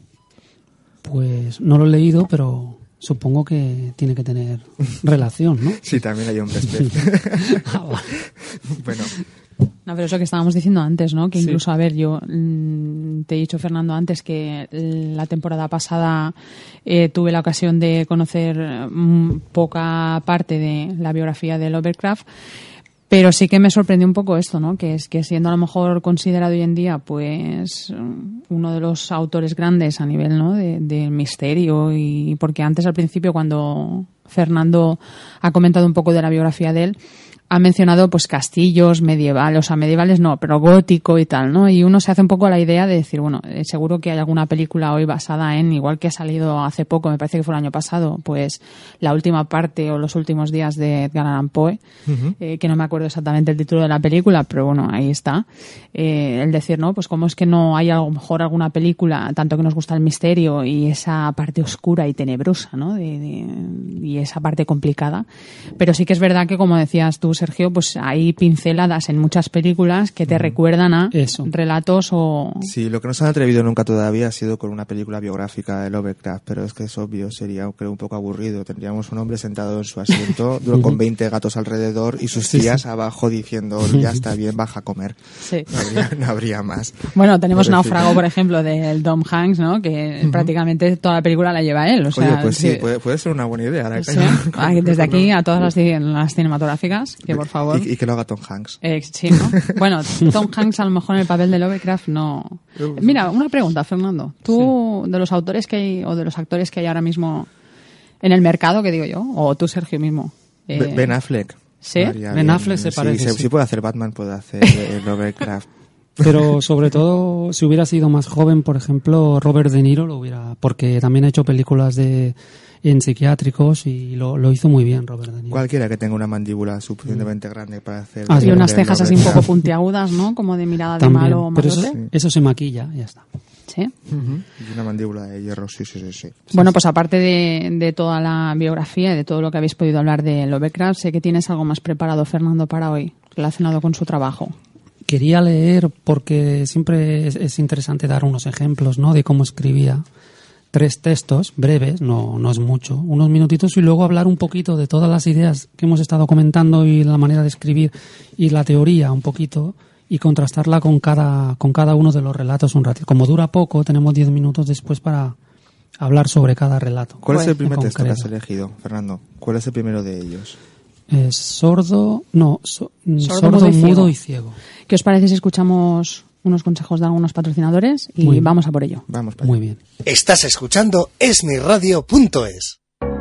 Pues no lo he leído, pero supongo que tiene que tener relación, ¿no? Sí, también hay hombres pez. ah, vale. Bueno. No, pero eso que estábamos diciendo antes, ¿no? Que incluso, sí. a ver, yo mmm, te he dicho, Fernando, antes que la temporada pasada eh, tuve la ocasión de conocer mmm, poca parte de la biografía de Lovecraft. Pero sí que me sorprendió un poco esto, ¿no? Que es que siendo a lo mejor considerado hoy en día, pues, uno de los autores grandes a nivel, ¿no? de, de misterio, y porque antes al principio cuando Fernando ha comentado un poco de la biografía de él, ha mencionado pues castillos medievales, o sea, medievales no, pero gótico y tal, ¿no? Y uno se hace un poco la idea de decir, bueno, eh, seguro que hay alguna película hoy basada en, igual que ha salido hace poco, me parece que fue el año pasado, pues la última parte o los últimos días de Edgar Allan Poe, uh-huh. eh, que no me acuerdo exactamente el título de la película, pero bueno, ahí está. Eh, el decir, ¿no? Pues cómo es que no hay a lo mejor alguna película, tanto que nos gusta el misterio y esa parte oscura y tenebrosa, ¿no? De, de, y esa parte complicada. Pero sí que es verdad que, como decías tú, Sergio, pues hay pinceladas en muchas películas que te mm. recuerdan a Eso. relatos o... Sí, lo que no se han atrevido nunca todavía ha sido con una película biográfica de Lovecraft, pero es que es obvio, sería creo un poco aburrido. Tendríamos un hombre sentado en su asiento con veinte gatos alrededor y sus tías sí, sí. abajo diciendo, ya está bien, baja a comer. Sí. No habría, no habría más. Bueno, tenemos Náufrago, por ejemplo, del Tom Hanks, ¿no? Que uh-huh. prácticamente toda la película la lleva él. O sea, Oye, pues sí, sí. Puede, puede ser una buena idea. Sí. Desde aquí a todas las, las cinematográficas, que por favor... Y, y que lo haga Tom Hanks. Eh, sí, ¿no? Bueno, Tom Hanks a lo mejor en el papel de Lovecraft no... Mira, una pregunta, Fernando. Tú, sí. de los autores que hay, o de los actores que hay ahora mismo en el mercado, que digo yo, o tú, Sergio, mismo. Eh... Ben Affleck. ¿Sí? María, Ben Affleck se parece. Sí, sí. sí puede hacer Batman, puede hacer eh, Lovecraft. Pero sobre todo, si hubiera sido más joven, por ejemplo, Robert De Niro lo hubiera... Porque también ha hecho películas de... en psiquiátricos y lo, lo hizo muy bien Robert De Niro. Cualquiera que tenga una mandíbula suficientemente mm. grande para hacer... Ah, y unas cejas así un poco puntiagudas, ¿no? Como de mirada de También, malo o pero eso, sí. eso se maquilla, ya está. ¿Sí? Uh-huh. Y una mandíbula de hierro, sí, sí, sí. sí. Bueno, pues aparte de, de toda la biografía y de todo lo que habéis podido hablar de Lovecraft, sé que tienes algo más preparado, Fernando, para hoy, relacionado con su trabajo. Quería leer, porque siempre es, es interesante dar unos ejemplos, ¿no? De cómo escribía. Tres textos breves, no, no es mucho, unos minutitos, y luego hablar un poquito de todas las ideas que hemos estado comentando y la manera de escribir y la teoría un poquito, y contrastarla con cada, con cada uno de los relatos un ratito. Como dura poco, tenemos diez minutos después para hablar sobre cada relato. ¿Cuál es el primer texto que has elegido, Fernando? ¿Cuál es el primero de ellos? Es sordo, no, so, sordo, sordo, mudo, y, mudo ciego. y ciego. ¿Qué os parece si escuchamos unos consejos de algunos patrocinadores y Muy vamos a por ello? Vamos para Muy allá. bien. Estás escuchando esmiradio punto es.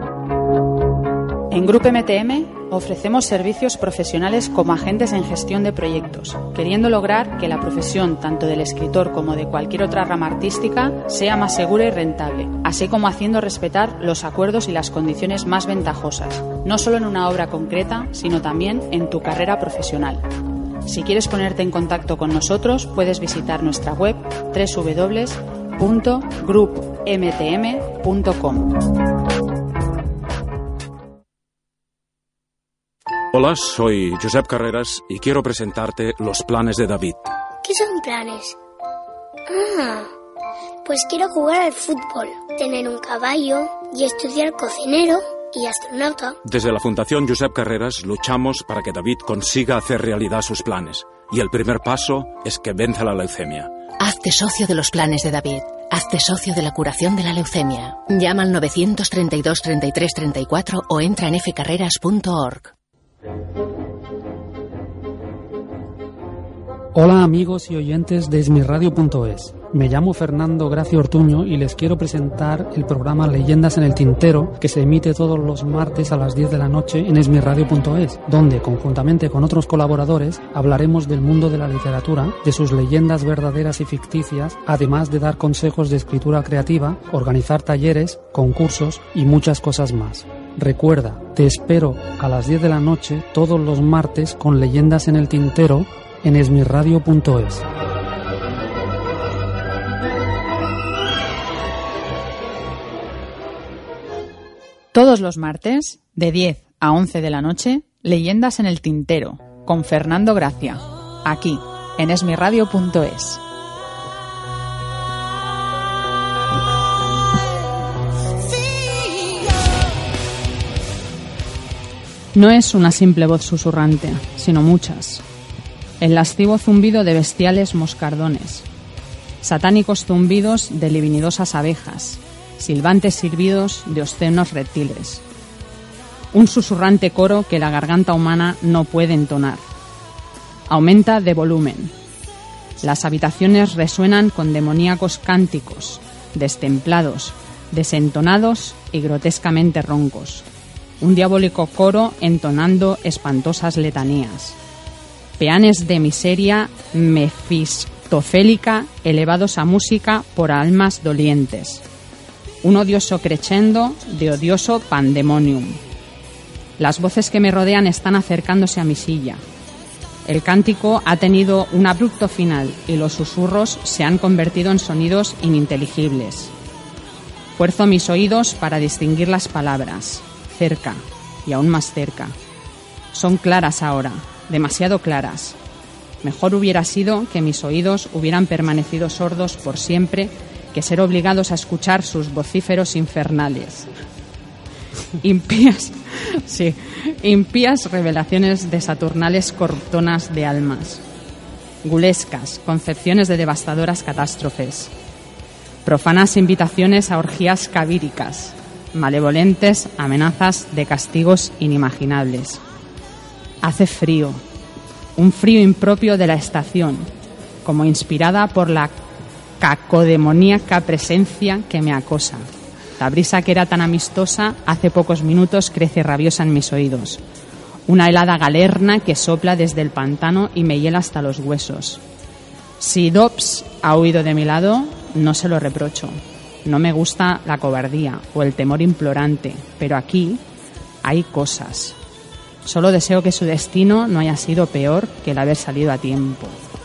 En Grupo M T M ofrecemos servicios profesionales como agentes en gestión de proyectos, queriendo lograr que la profesión tanto del escritor como de cualquier otra rama artística sea más segura y rentable, así como haciendo respetar los acuerdos y las condiciones más ventajosas, no solo en una obra concreta, sino también en tu carrera profesional. Si quieres ponerte en contacto con nosotros, puedes visitar nuestra web doble u doble u doble u punto grup m t m punto com. Hola, soy Josep Carreras y quiero presentarte los planes de David. ¿Qué son planes? Ah, pues quiero jugar al fútbol, tener un caballo y estudiar cocinero y astronauta. Desde la Fundación Josep Carreras luchamos para que David consiga hacer realidad sus planes. Y el primer paso es que venza la leucemia. Hazte socio de los planes de David. Hazte socio de la curación de la leucemia. Llama al novecientos treinta y dos, treinta y tres, treinta y cuatro o entra en f carreras punto org. Hola amigos y oyentes de esmirradio punto es. Me llamo Fernando Gracia Ortuño y les quiero presentar el programa Leyendas en el Tintero, que se emite todos los martes a las diez de la noche en esmirradio punto es, donde, conjuntamente con otros colaboradores, hablaremos del mundo de la literatura, de sus leyendas verdaderas y ficticias, además de dar consejos de escritura creativa, organizar talleres, concursos y muchas cosas más. Recuerda, te espero a las diez de la noche todos los martes con Leyendas en el Tintero en esmirradio punto es. Todos los martes, de diez a once de la noche, Leyendas en el Tintero, con Fernando Gracia, aquí, en esmirradio punto es. No es una simple voz susurrante, sino muchas. El lascivo zumbido de bestiales moscardones, satánicos zumbidos de libidinosas abejas, silbantes silbidos de obscenos reptiles. Un susurrante coro que la garganta humana no puede entonar. Aumenta de volumen. Las habitaciones resuenan con demoníacos cánticos, destemplados, desentonados y grotescamente roncos. Un diabólico coro entonando espantosas letanías. Peanes de miseria mefistofélica elevados a música por almas dolientes. Un odioso crescendo de odioso pandemonium. Las voces que me rodean están acercándose a mi silla. El cántico ha tenido un abrupto final y los susurros se han convertido en sonidos ininteligibles. Fuerzo mis oídos para distinguir las palabras. Cerca y aún más cerca. Son claras ahora, demasiado claras. Mejor hubiera sido que mis oídos hubieran permanecido sordos por siempre que ser obligados a escuchar sus vocíferos infernales. Impías, sí, impías revelaciones de saturnales corruptonas de almas. Gulescas, concepciones de devastadoras catástrofes. Profanas invitaciones a orgías cabíricas. Malevolentes amenazas de castigos inimaginables. Hace frío, un frío impropio de la estación, como inspirada por la cacodemoníaca presencia que me acosa. La brisa que era tan amistosa hace pocos minutos crece rabiosa en mis oídos. Una helada galerna que sopla desde el pantano y me hiela hasta los huesos. Si Dobbs ha huido de mi lado, no se lo reprocho. No me gusta la cobardía o el temor implorante, pero aquí hay cosas. Solo deseo que su destino no haya sido peor que el haber salido a tiempo.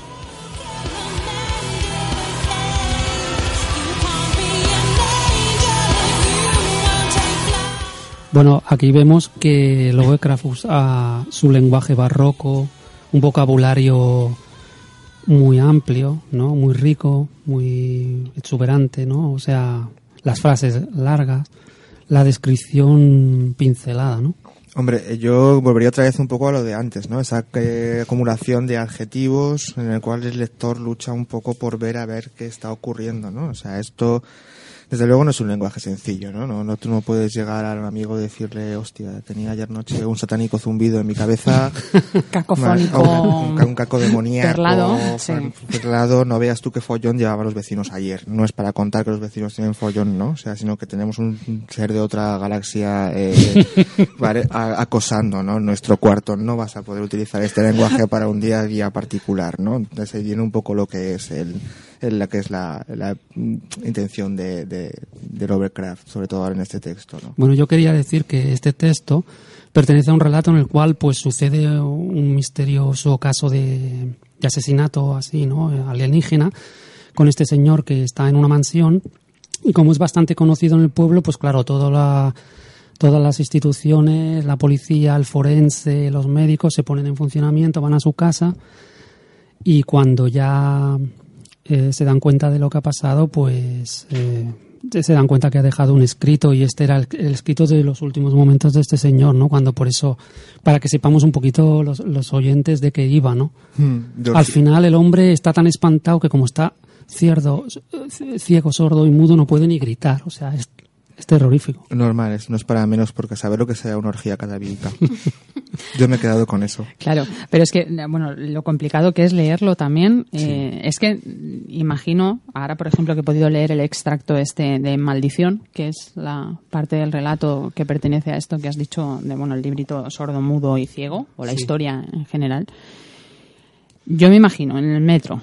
Bueno, aquí vemos que Lovecraft usa su lenguaje barroco, un vocabulario muy amplio, ¿no? Muy rico, muy exuberante, ¿no? O sea, las frases largas, la descripción pincelada, ¿no? Hombre, yo volvería otra vez un poco a lo de antes, ¿no? Esa eh, acumulación de adjetivos en el cual el lector lucha un poco por ver a ver qué está ocurriendo, ¿no? O sea, esto desde luego no es un lenguaje sencillo, ¿no? No, no tú no puedes llegar a un amigo y decirle, hostia, tenía ayer noche un satánico zumbido en mi cabeza. Cacofónico. Un, un, un caco demoníaco. Perlado, sí. Perlado, no veas tú qué follón llevaban los vecinos ayer. No es para contar que los vecinos tienen follón, ¿no? O sea, sino que tenemos un ser de otra galaxia eh, vale, a, acosando, ¿no? Nuestro cuarto. No vas a poder utilizar este lenguaje para un día a día particular, ¿no? Entonces ahí viene un poco lo que es el... en la que es la, la intención de, de, de Lovecraft, sobre todo ahora en este texto, ¿no? Bueno, yo quería decir que este texto pertenece a un relato en el cual pues sucede un misterioso caso de, de asesinato así, ¿no? Alienígena, con este señor que está en una mansión y como es bastante conocido en el pueblo, pues claro, toda la, todas las instituciones, la policía, el forense, los médicos se ponen en funcionamiento, van a su casa y cuando ya Eh, se dan cuenta de lo que ha pasado, pues eh, se dan cuenta que ha dejado un escrito y este era el, el escrito de los últimos momentos de este señor, ¿no? Cuando por eso, para que sepamos un poquito los, los oyentes de qué iba, ¿no? Hmm, Al final el hombre está tan espantado que como está cierdo, ciego, sordo y mudo no puede ni gritar, o sea, es Es terrorífico. Normal, es, no es para menos porque saber lo que sea una orgía cadavírica. Yo me he quedado con eso. Claro, pero es que, bueno, lo complicado que es leerlo también, Sí. eh, es que imagino, ahora por ejemplo que he podido leer el extracto este de Maldición, que es la parte del relato que pertenece a esto que has dicho, de bueno, el librito Sordo, Mudo y Ciego, o la Sí. historia en general. Yo me imagino en el metro,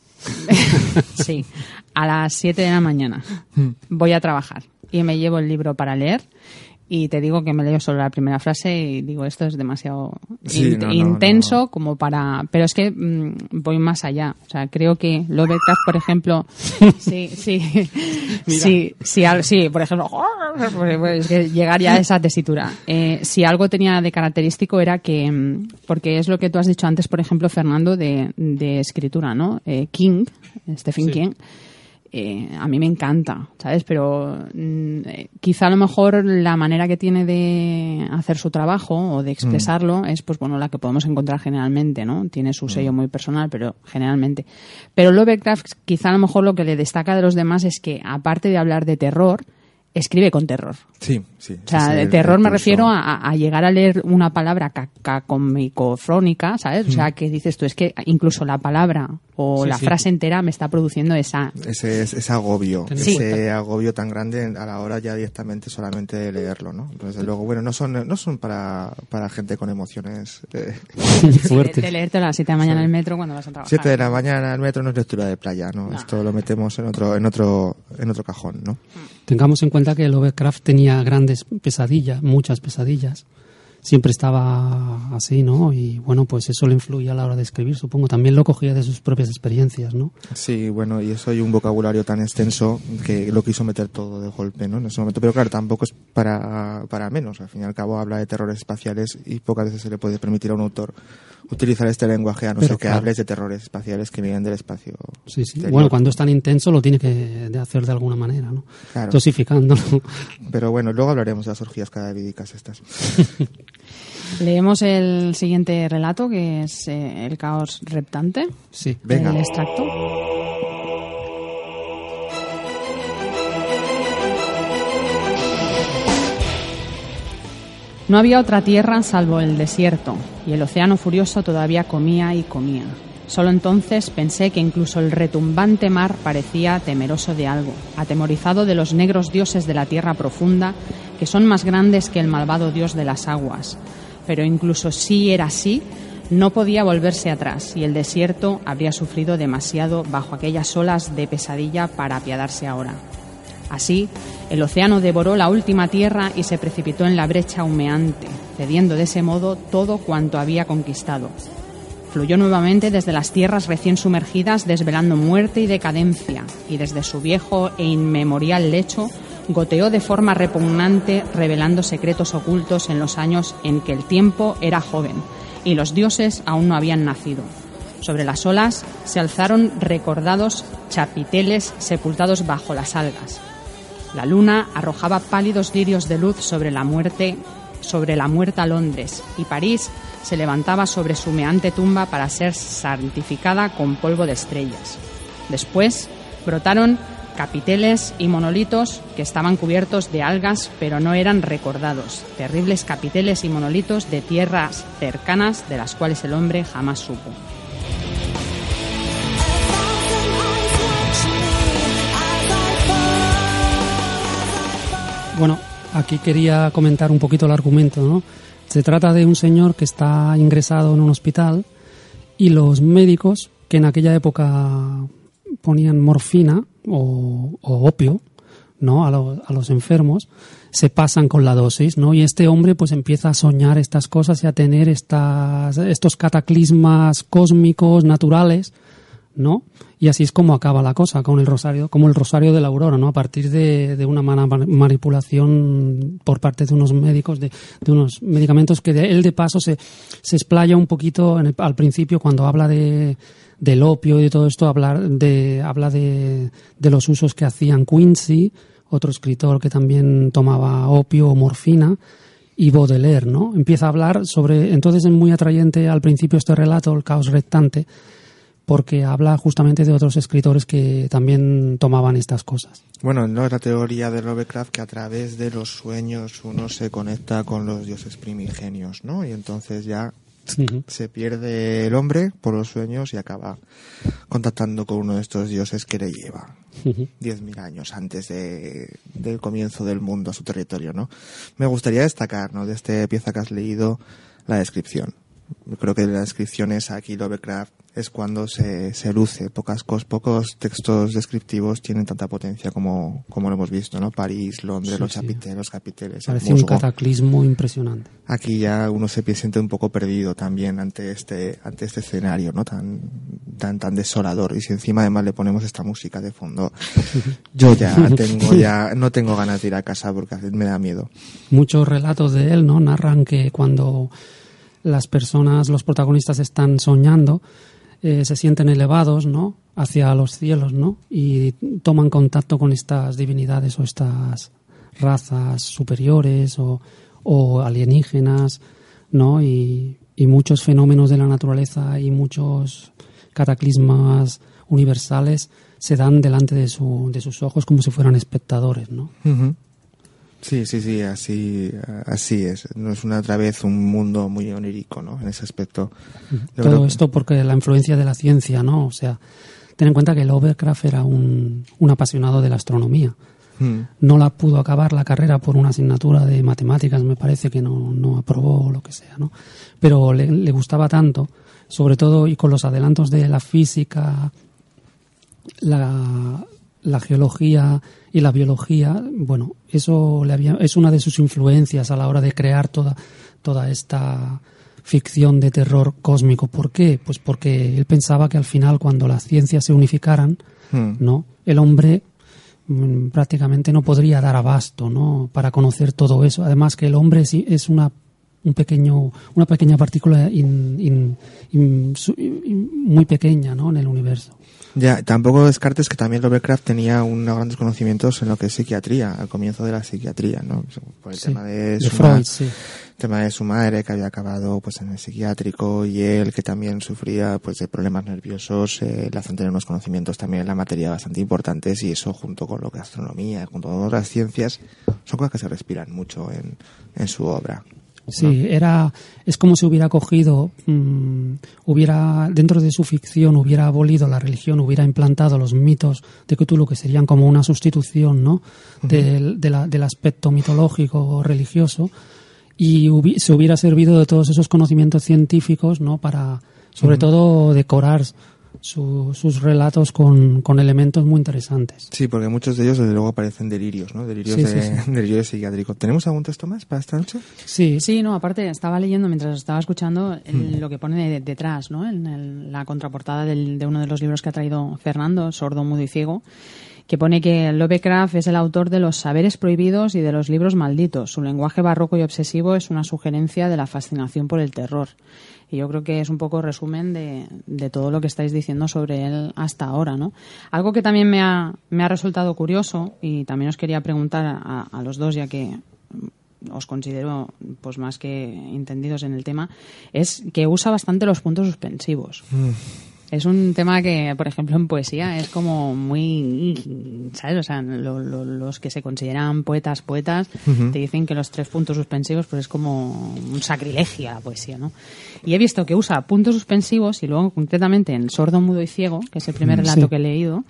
sí, a las siete de la mañana voy a trabajar y me llevo el libro para leer y te digo que me leo solo la primera frase y digo esto es demasiado Sí, in- no, no, intenso no. como para... Pero es que mmm, voy más allá. O sea, creo que Lovecraft, por ejemplo... sí, sí. Sí, sí, al- sí, por ejemplo... pues es que llegar ya a esa tesitura. Eh, si algo tenía de característico era que... mm, Porque es lo que tú has dicho antes, por ejemplo, Fernando, de, de escritura, ¿no? Eh, King, Stephen Sí. King... Eh, a mí me encanta, ¿sabes? Pero mm, eh, quizá a lo mejor la manera que tiene de hacer su trabajo o de expresarlo es, pues bueno, la que podemos encontrar generalmente, ¿no? Tiene su sello muy personal, pero generalmente. Pero Lovecraft, quizá a lo mejor lo que le destaca de los demás es que, aparte de hablar de terror, escribe con terror. Sí, sí. O sea, ese es de el terror me recurso. refiero a, a llegar a leer una palabra cacomicofrónica, ¿sabes? O sea, que dices tú, es que incluso la palabra o Sí, la sí. frase entera me está produciendo esa... Ese, es- ese agobio, Sí. ese agobio tan grande a la hora ya directamente solamente de leerlo, ¿no? Entonces, luego, bueno, no son, no son para, para gente con emociones. Eh, De, Fuerte. de leerte a las siete de la mañana en el metro cuando vas a trabajar. Siete de la mañana, el metro no es lectura de playa, ¿no? No. Esto lo metemos en otro, en otro, en otro cajón, ¿no? Tengamos en cuenta que Lovecraft tenía grandes pesadillas, muchas pesadillas. Siempre estaba así, ¿no? Y bueno, pues eso le influía a la hora de escribir, supongo. También lo cogía de sus propias experiencias, ¿no? Sí, bueno, y eso hay un vocabulario tan extenso que lo quiso meter todo de golpe, ¿no? En ese momento, pero claro, tampoco es para, para menos. Al fin y al cabo habla de terrores espaciales y pocas veces se le puede permitir a un autor utilizar este lenguaje, a no Pero ser que claro. hables de terrores espaciales que vienen del espacio. Sí, sí. exterior. Bueno, cuando es tan intenso lo tiene que de hacer de alguna manera, ¿no? Claro. Dosificándolo. Pero bueno, luego hablaremos de las orgías cadavídicas estas. Leemos el siguiente relato, que es eh, El caos reptante. Sí. Venga. El extracto. No había otra tierra salvo el desierto, y el océano furioso todavía comía y comía. Solo entonces pensé que incluso el retumbante mar parecía temeroso de algo, atemorizado de los negros dioses de la tierra profunda, que son más grandes que el malvado dios de las aguas. Pero incluso si era así, no podía volverse atrás, y el desierto habría sufrido demasiado bajo aquellas olas de pesadilla para apiadarse ahora. Así, el océano devoró la última tierra y se precipitó en la brecha humeante, cediendo de ese modo todo cuanto había conquistado. Fluyó nuevamente desde las tierras recién sumergidas, desvelando muerte y decadencia, y desde su viejo e inmemorial lecho goteó de forma repugnante, revelando secretos ocultos en los años en que el tiempo era joven y los dioses aún no habían nacido. Sobre las olas se alzaron recordados chapiteles sepultados bajo las algas. La luna arrojaba pálidos lirios de luz sobre la muerte, sobre la muerta Londres, y París se levantaba sobre su humeante tumba para ser santificada con polvo de estrellas. Después brotaron capiteles y monolitos que estaban cubiertos de algas, pero no eran recordados, terribles capiteles y monolitos de tierras cercanas de las cuales el hombre jamás supo. Bueno, aquí quería comentar un poquito el argumento, ¿no? Se trata de un señor que está ingresado en un hospital y los médicos, que en aquella época ponían morfina o, o opio, ¿no? A, lo, a los enfermos, se pasan con la dosis, ¿no? Y este hombre pues empieza a soñar estas cosas y a tener estas, estos cataclismas cósmicos, naturales, ¿no? Y así es como acaba la cosa, con el rosario, como el rosario de la aurora, ¿no? A partir de, de una mala manipulación por parte de unos médicos, de, de unos medicamentos que de, él de paso se, se explaya un poquito en el, al principio cuando habla de del opio y de todo esto, hablar de, habla de, de los usos que hacían Quincy, otro escritor que también tomaba opio o morfina, y Baudelaire, ¿no? Empieza a hablar sobre, entonces es muy atrayente al principio este relato, El caos reptante, porque habla justamente de otros escritores que también tomaban estas cosas. Bueno, no es la teoría de Lovecraft que a través de los sueños uno se conecta con los dioses primigenios, ¿no? Y entonces ya uh-huh. se pierde el hombre por los sueños y acaba contactando con uno de estos dioses que le lleva diez mil uh-huh. años antes de, del comienzo del mundo a su territorio, ¿no? Me gustaría destacar, ¿no?, de esta pieza que has leído, la descripción. Creo que la descripción es aquí Lovecraft es cuando se, se luce. Pocas cos, pocos textos descriptivos tienen tanta potencia como, como lo hemos visto, ¿no? París, Londres, sí, los, sí. Capiteles, los capiteles. Parece un cataclismo impresionante. Aquí ya uno se siente un poco perdido también ante este, ante este escenario, ¿no? Tan, tan, tan desolador. Y si encima además le ponemos esta música de fondo, yo ya tengo, ya, no tengo ganas de ir a casa porque me da miedo. Muchos relatos de él, ¿no?, narran que cuando las personas, los protagonistas están soñando, eh, se sienten elevados, ¿no?, hacia los cielos, ¿no?, y toman contacto con estas divinidades o estas razas superiores o, o alienígenas, ¿no?, y, y muchos fenómenos de la naturaleza y muchos cataclismas universales se dan delante de, su, de sus ojos como si fueran espectadores, ¿no? Uh-huh. Sí, sí, sí, así, así es. No es una otra vez un mundo muy onírico, ¿no?, en ese aspecto. Yo Todo esto que... porque la influencia de la ciencia, ¿no? O sea, ten en cuenta que Lovecraft era un, un apasionado de la astronomía. Hmm. No la pudo acabar la carrera por una asignatura de matemáticas, me parece que no, no aprobó o lo que sea, ¿no? Pero le, le gustaba tanto, sobre todo, y con los adelantos de la física, la, la geología y la biología, bueno, eso le había, es una de sus influencias a la hora de crear toda, toda esta ficción de terror cósmico. ¿Por qué? Pues porque él pensaba que al final, cuando las ciencias se unificaran, hmm. ¿no?, el hombre mmm, prácticamente no podría dar abasto, ¿no?, para conocer todo eso. Además que el hombre sí es una un pequeño una pequeña partícula in, in, in, in, muy pequeña, ¿no?, en el universo. Ya, tampoco descartes que también Lovecraft tenía unos grandes conocimientos en lo que es psiquiatría, al comienzo de la psiquiatría, ¿no? Por el sí, tema de, de su Freud, ma- sí. tema de su madre, que había acabado pues en el psiquiátrico, y él, que también sufría pues de problemas nerviosos, eh, le hacen tener unos conocimientos también en la materia bastante importantes, y eso, junto con lo que es astronomía, junto con otras ciencias, son cosas que se respiran mucho en, en su obra. Sí, ¿no? era, es como si hubiera cogido, mmm, hubiera, dentro de su ficción, hubiera abolido la religión, hubiera implantado los mitos de Cthulhu, que serían como una sustitución, ¿no?, uh-huh. del, de la, del aspecto mitológico o religioso, y hubi, se hubiera servido de todos esos conocimientos científicos, ¿no?, para, sobre uh-huh. todo, decorar su, sus relatos con, con elementos muy interesantes. Sí, porque muchos de ellos desde luego aparecen delirios, ¿no? Delirios, sí, de, sí, sí. delirios psiquiátricos. ¿Tenemos algún texto más para esta noche? Sí, sí, no, aparte estaba leyendo mientras estaba escuchando el, mm. lo que pone de, detrás, ¿no?, en el, la contraportada del, de uno de los libros que ha traído Fernando, Sordo, Mudo y Ciego, que pone que Lovecraft es el autor de Los saberes prohibidos y de los libros malditos. Su lenguaje barroco y obsesivo es una sugerencia de la fascinación por el terror. Y yo creo que es un poco resumen de, de todo lo que estáis diciendo sobre él hasta ahora, ¿no? Algo que también me ha, me ha resultado curioso, y también os quería preguntar a, a los dos, ya que os considero pues más que entendidos en el tema, es que usa bastante los puntos suspensivos. Mm. Es un tema que, por ejemplo, en poesía es como muy, ¿sabes? O sea, lo, lo, los que se consideran poetas, poetas, uh-huh. te dicen que los tres puntos suspensivos pues es como un sacrilegio a la poesía, ¿no? Y he visto que usa puntos suspensivos, y luego concretamente en Sordo, Mudo y Ciego, que es el primer relato sí. que he leído,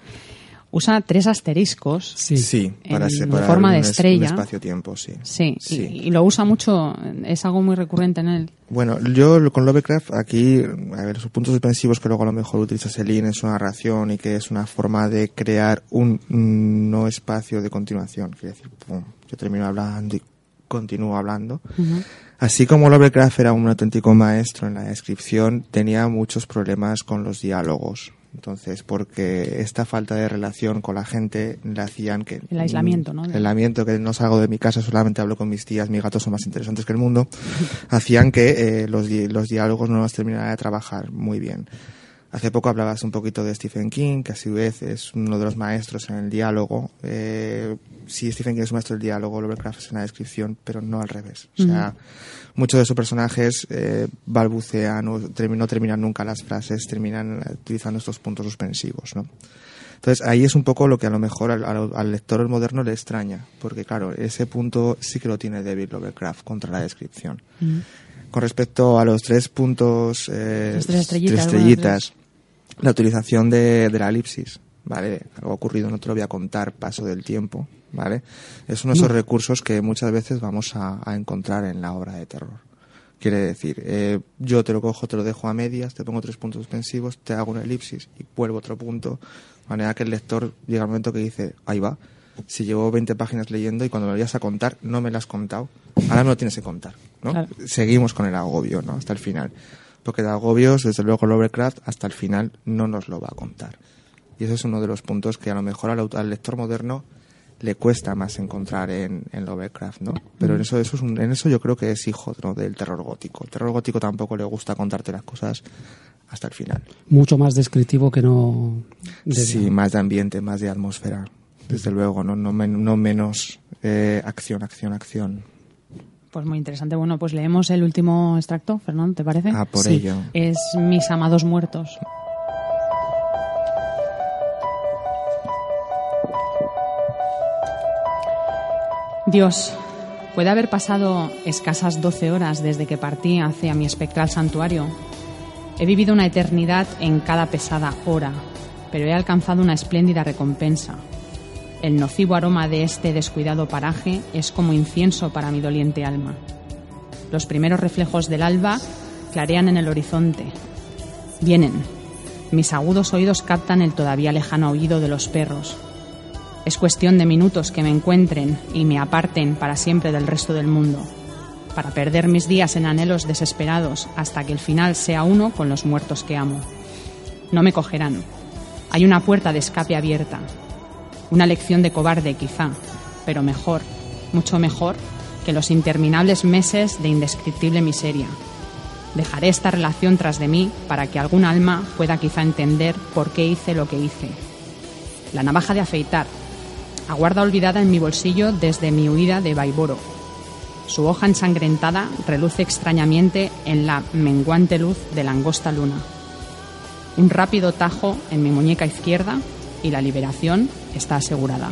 usa tres asteriscos sí, sí, para en separar forma de un, estrella. Un espacio-tiempo, sí. Sí, sí. Y, y lo usa mucho, es algo muy recurrente en él. Bueno, yo con Lovecraft aquí, a ver, sus puntos suspensivos que luego a lo mejor utiliza Céline en su narración, y que es una forma de crear un no espacio de continuación. Quiere decir, pum, yo termino hablando y continúo hablando. Uh-huh. Así como Lovecraft era un auténtico maestro en la descripción, tenía muchos problemas con los diálogos. Entonces, porque esta falta de relación con la gente le hacían que... El aislamiento, ¿no? El aislamiento, que no salgo de mi casa, solamente hablo con mis tías, mis gatos son más interesantes que el mundo, hacían que eh, los, di- los diálogos no los terminaran de trabajar muy bien. Hace poco hablabas un poquito de Stephen King, que a su vez es uno de los maestros en el diálogo. Eh, sí, Stephen King es un maestro del diálogo, Lovecraft es en la descripción, pero no al revés. O sea, uh-huh. muchos de sus personajes eh, balbucean o term- no terminan nunca las frases, terminan utilizando estos puntos suspensivos, ¿no? Entonces ahí es un poco lo que a lo mejor al, al, al lector moderno le extraña, porque claro, ese punto sí que lo tiene David Lovecraft contra la descripción. Uh-huh. Con respecto a los tres puntos, eh, Las tres estrellitas, tres estrellitas la utilización de, de la elipsis, ¿vale? Algo ocurrido, no te lo voy a contar, paso del tiempo, ¿vale? Es uno de esos no. recursos que muchas veces vamos a, a encontrar en la obra de terror. Quiere decir, eh, yo te lo cojo, te lo dejo a medias, te pongo tres puntos suspensivos, te hago una elipsis y vuelvo otro punto, de manera que el lector llega al momento que dice, ahí va, si llevo veinte páginas leyendo y cuando me lo vayas a contar no me lo has contado, ahora me lo tienes que contar, ¿no? Claro. Seguimos con el agobio, ¿no? Hasta el final. Porque de agobios, desde luego Lovecraft hasta el final no nos lo va a contar. Y ese es uno de los puntos que a lo mejor al, al lector moderno le cuesta más encontrar en, en Lovecraft, ¿no? Pero en eso, eso es un, en eso yo creo que es hijo, ¿no?, del terror gótico. El terror gótico tampoco le gusta contarte las cosas hasta el final. Mucho más descriptivo que no... Sí, más de ambiente, más de atmósfera. Desde luego, no, no, men, no menos eh, acción, acción, acción. Pues muy interesante. Bueno, pues leemos el último extracto, Fernando, ¿te parece? Ah, por sí. ello. Es Mis amados muertos. Dios, puede haber pasado escasas doce horas desde que partí hacia mi espectral santuario. He vivido una eternidad en cada pesada hora, pero he alcanzado una espléndida recompensa. El nocivo aroma de este descuidado paraje es como incienso para mi doliente alma. Los primeros reflejos del alba clarean en el horizonte. Vienen. Mis agudos oídos captan el todavía lejano aullido de los perros. Es cuestión de minutos que me encuentren y me aparten para siempre del resto del mundo, para perder mis días en anhelos desesperados hasta que el final sea uno con los muertos que amo. No me cogerán. Hay una puerta de escape abierta. Una lección de cobarde, quizá, pero mejor, mucho mejor, que los interminables meses de indescriptible miseria. Dejaré esta relación tras de mí para que algún alma pueda quizá entender por qué hice lo que hice. La navaja de afeitar, aguarda olvidada en mi bolsillo desde mi huida de Baiboro. Su hoja ensangrentada reluce extrañamente en la menguante luz de la angosta luna. Un rápido tajo en mi muñeca izquierda y la liberación está asegurada.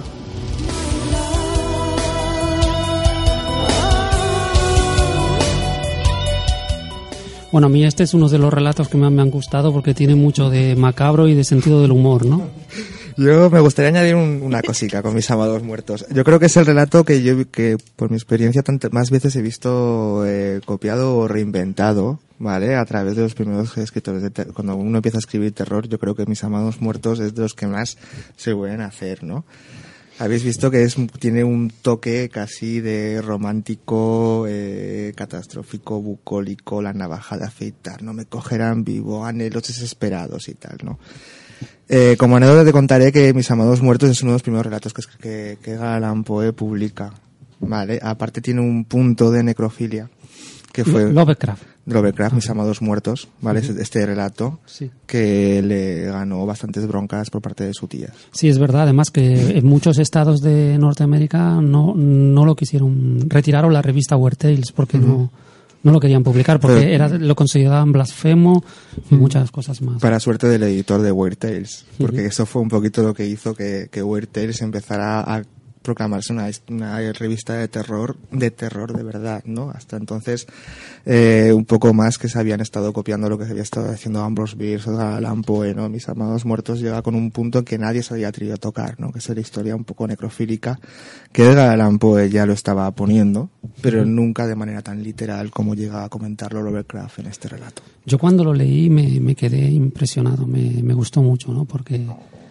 Bueno, a mí este es uno de los relatos que más me han gustado porque tiene mucho de macabro y de sentido del humor, ¿no? Yo me gustaría añadir un, una cosica con Mis amados muertos. Yo creo que es el relato que yo, que por mi experiencia tantas más veces he visto eh, copiado o reinventado, ¿vale? A través de los primeros escritores de ter- cuando uno empieza a escribir terror, yo creo que Mis amados muertos es de los que más se pueden hacer, ¿no? Habéis visto que es tiene un toque casi de romántico, eh, catastrófico, bucólico, la navaja de afeitar, no me cogerán vivo, anhelos desesperados y tal, ¿no? Eh, como anécdota te contaré que Mis amados muertos es uno de los primeros relatos que, que, que Edgar Allan Poe publica, ¿vale? Aparte tiene un punto de necrofilia, que fue... Lovecraft. Lovecraft, Mis amados muertos, ¿vale? Uh-huh. Este relato, sí, que le ganó bastantes broncas por parte de su tía. Sí, es verdad, además que en muchos estados de Norteamérica no, no lo quisieron, retiraron la revista Weird Tales porque uh-huh. no... No lo querían publicar porque Pero, era, lo consideraban blasfemo y muchas cosas más. Para suerte del editor de Weird Tales, porque uh-huh. eso fue un poquito lo que hizo que, que Weird Tales empezara a proclamarse una, una revista de terror, de terror de verdad, ¿no? Hasta entonces, eh, un poco más que se habían estado copiando lo que se había estado haciendo Ambrose Bierce o Allan Poe, ¿no? Mis amados muertos llega con un punto en que nadie se había atrevido a tocar, ¿no? Que es la historia un poco necrofílica, que Edgar Allan Poe ya lo estaba poniendo, pero nunca de manera tan literal como llega a comentarlo Lovecraft en este relato. Yo cuando lo leí me, me quedé impresionado, me, me gustó mucho, ¿no? Porque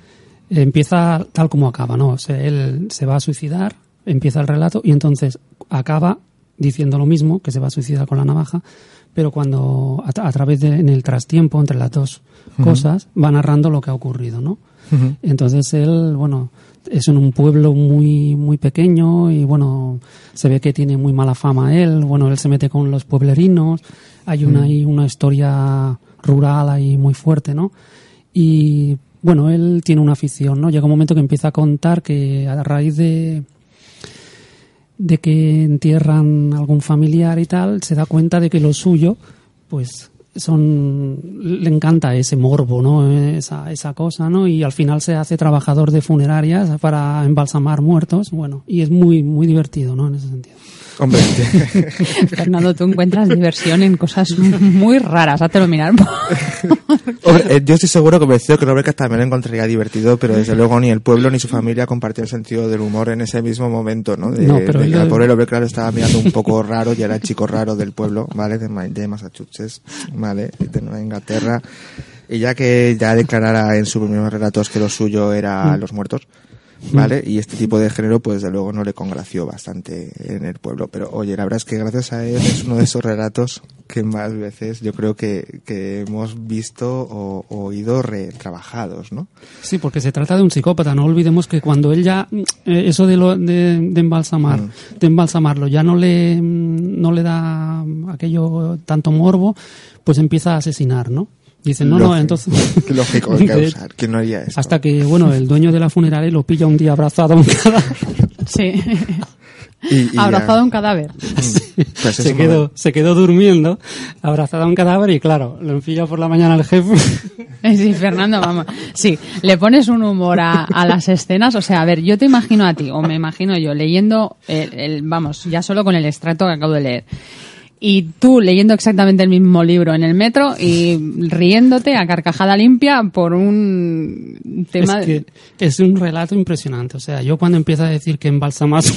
empieza tal como acaba, ¿no? O sea, él se va a suicidar, empieza el relato y entonces acaba diciendo lo mismo, que se va a suicidar con la navaja, pero cuando a, a través de en el trastiempo entre las dos uh-huh. cosas va narrando lo que ha ocurrido, ¿no? Uh-huh. Entonces él, bueno, es en un pueblo muy muy pequeño y bueno, se ve que tiene muy mala fama él, bueno, él se mete con los pueblerinos, hay una uh-huh. hay una historia rural ahí muy fuerte, ¿no? Y bueno, él tiene una afición, ¿no? Llega un momento que empieza a contar que a raíz de de que entierran algún familiar y tal, se da cuenta de que lo suyo, pues son le encanta ese morbo, ¿no? Esa esa cosa, ¿no? Y al final se hace trabajador de funerarias para embalsamar muertos, bueno, y es muy muy divertido, ¿no? En ese sentido. Hombre, Fernando, tú encuentras diversión en cosas muy raras, háztelo mirar. Hombre, eh, yo estoy seguro, convencido que Lovecraft también lo encontraría divertido, pero desde luego ni el pueblo ni su familia compartían el sentido del humor en ese mismo momento, ¿no? De, No, pero de que él- al pobre Lovecraft lo estaba mirando un poco raro y era el chico raro del pueblo, ¿vale? De, Ma- de Massachusetts, ¿vale? De Nueva Inglaterra. Y ya que ya declarara en sus primeros relatos que lo suyo era los muertos, ¿vale? Y este tipo de género, pues desde luego no le congració bastante en el pueblo. Pero oye, la verdad es que gracias a él es uno de esos relatos que más veces yo creo que, que hemos visto o, o oído retrabajados, ¿no? Sí, porque se trata de un psicópata. No olvidemos que cuando él ya eh, eso de, lo, de, de embalsamar, Mm. de embalsamarlo, ya no le no le da aquello tanto morbo, pues empieza a asesinar, ¿no? Dicen, no, no, Lógico. entonces... Qué lógico de causar. ¿Quién no haría eso? Hasta que, bueno, el dueño de la funeraria lo pilla un día abrazado a un cadáver. Sí. Y- y ya. Abrazado a un cadáver. Pues es se, un quedó, momento. se quedó durmiendo, abrazado a un cadáver y, claro, lo pilla por la mañana el jefe. Sí, Fernando, vamos. Sí, le pones un humor a, a las escenas. O sea, a ver, yo te imagino a ti, o me imagino yo, leyendo, el, el, vamos, ya solo con el extracto que acabo de leer. Y tú leyendo exactamente el mismo libro en el metro y riéndote a carcajada limpia por un tema... Es que es un relato impresionante. O sea, yo cuando empiezo a decir que embalsamas...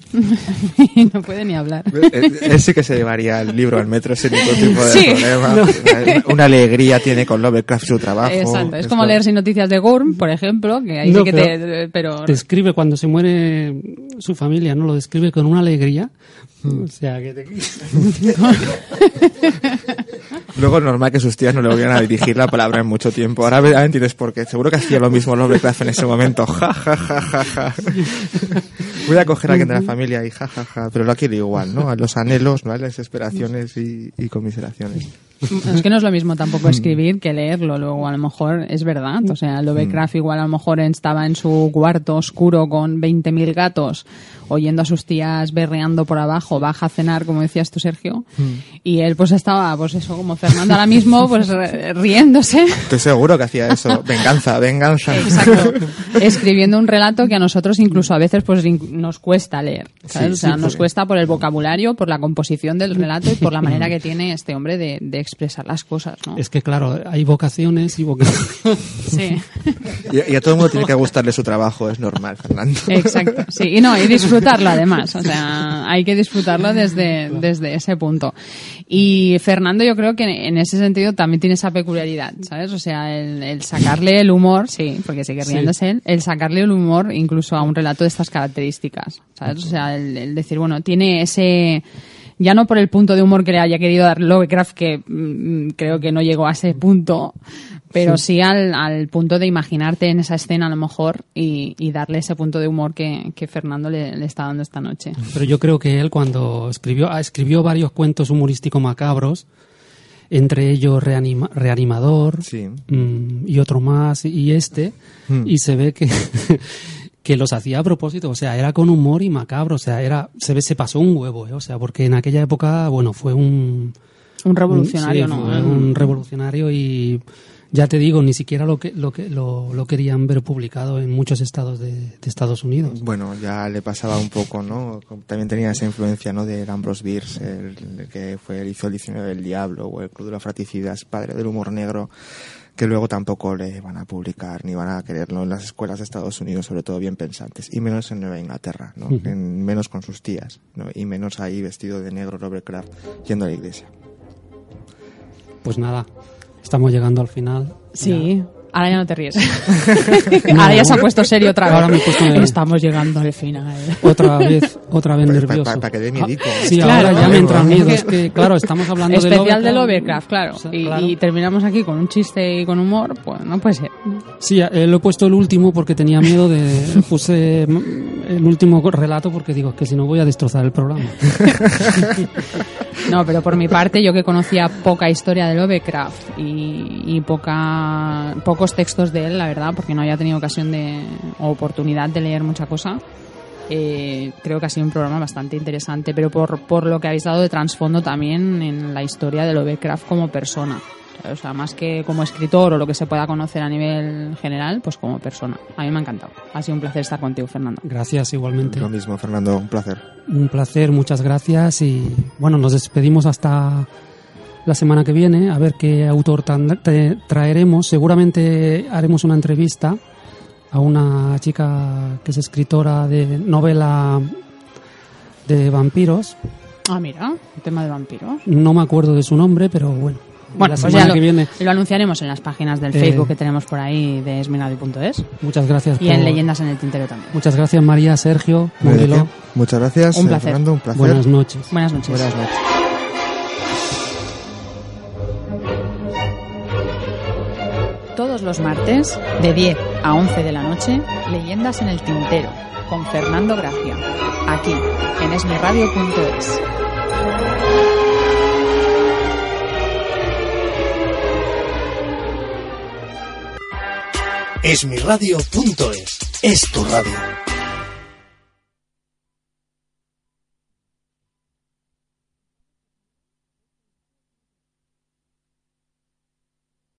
de... no puede ni hablar. Él, él sí que se llevaría el libro al metro sin ningún tipo de Sí. problema. Una alegría tiene con Lovecraft su trabajo. Exacto, es Esto- como leer Sin Noticias de Gurm, por ejemplo, que ahí No, sí que pero- te... Pero... Describe cuando se muere su familia, ¿no? Lo describe con una alegría. O sea, que te... Luego es normal que sus tías no le volvieran a dirigir la palabra en mucho tiempo. Ahora ahora entiendes por qué. Seguro que hacía lo mismo Lovecraft en ese momento. Ja, ja, ja, ja, ja. Voy a coger a alguien de la familia y ja, ja, ja. Pero lo quiero igual, ¿no? A los anhelos, ¿no? A las desesperaciones y, y conmiseraciones. Es que no es lo mismo tampoco escribir que leerlo. Luego, a lo mejor es verdad. O sea, Lovecraft igual a lo mejor estaba en su cuarto oscuro con veinte mil gatos, oyendo a sus tías berreando por abajo, baja a cenar, como decías tú, Sergio. Y él pues estaba, pues eso, como Fernando ahora mismo, pues re- riéndose. Estoy seguro que hacía eso. Venganza, venganza. Exacto. Escribiendo un relato que a nosotros incluso a veces pues in- nos cuesta leer, ¿sabes? Sí, o sea, sí, nos porque- cuesta por el vocabulario, por la composición del relato y por la manera que tiene este hombre de, de expresar las cosas, ¿no? Es que, claro, hay vocaciones y vocaciones. Sí. Y, y a todo el mundo tiene que gustarle su trabajo, es normal, Fernando. Exacto, sí, y no, y disfrutarlo además, o sea, hay que disfrutarlo desde, desde ese punto. Y Fernando yo creo que en ese sentido también tiene esa peculiaridad, ¿sabes? O sea, el, el sacarle el humor, sí, porque sigue riéndose él, el sacarle el humor incluso a un relato de estas características, ¿sabes? O sea, el, el decir, bueno, tiene ese... Ya no por el punto de humor que le haya querido dar Lovecraft, que mm, creo que no llegó a ese punto, pero sí, al, al punto de imaginarte en esa escena a lo mejor y, y darle ese punto de humor que, que Fernando le, le está dando esta noche. Pero yo creo que él cuando escribió, ah, escribió varios cuentos humorísticos macabros, entre ellos Reanima- Reanimador Sí. mm, y otro más y este, Mm. y se ve que que los hacía a propósito, o sea, era con humor y macabro, o sea, era se ve se pasó un huevo, ¿eh? O sea, porque en aquella época, bueno, fue un Un revolucionario, un- sí, ¿no? fue un revolucionario y ya te digo, ni siquiera lo que lo que lo, lo querían ver publicado en muchos estados de, de Estados Unidos. Bueno, ya le pasaba un poco, ¿no? También tenía esa influencia, ¿no? De Ambrose Bierce, el, el que fue, el hizo el Diccionario del Diablo o el Club de los Fratricidas, padre del humor negro, que luego tampoco le van a publicar ni van a quererlo en las escuelas de Estados Unidos, sobre todo bien pensantes, y menos en Nueva Inglaterra, ¿no? Ujú. En, menos con sus tías, ¿no? Y menos ahí vestido de negro Lovecraft yendo a la iglesia. Pues nada, estamos llegando al final. Sí. Ahora ya no te ríes. No, ahora ya se ha puesto serio otra vez. Ahora me he puesto nervioso. Estamos llegando al final. Otra vez, otra vez nervioso. Para pa, pa que dé miedico. Sí, claro, ahora ya me entra miedo. Es que, claro, estamos hablando especial de Lovecraft. de Lovecraft, claro. O sea, y, claro. y terminamos aquí con un chiste y con humor, pues no puede ser. Sí, eh, lo he puesto el último porque tenía miedo de... Puse el último relato porque digo, es que si no voy a destrozar el programa. No, pero por mi parte, yo que conocía poca historia de Lovecraft y, y poca, pocos textos de él, la verdad, porque no había tenido ocasión de, o oportunidad de leer mucha cosa, eh, creo que ha sido un programa bastante interesante, pero por, por lo que habéis dado de trasfondo también en la historia de Lovecraft como persona. O sea, más que como escritor o lo que se pueda conocer a nivel general, pues como persona. A mí me ha encantado. Ha sido un placer estar contigo, Fernando. Gracias, igualmente. Lo mismo, Fernando, un placer. Un placer, muchas gracias y bueno, nos despedimos hasta la semana que viene, a ver qué autor tan- te traeremos. Seguramente haremos una entrevista a una chica que es escritora de novela de vampiros. Ah, mira, un tema de vampiros. No me acuerdo de su nombre, pero bueno. Bueno, la pues semana ya lo, que viene. lo anunciaremos en las páginas del Eh, Facebook que tenemos por ahí de esmirradio punto es Muchas gracias. y por- en Leyendas en el Tintero también. Muchas gracias, María, Sergio, Murilo. Muchas gracias, Un eh, placer. Fernando, un placer. Buenas noches. Buenas noches. Buenas noches. Todos los martes, de diez a once de la noche, Leyendas en el Tintero, con Fernando Gracia, aquí, en esmirradio punto es. esmirradio punto es es tu radio.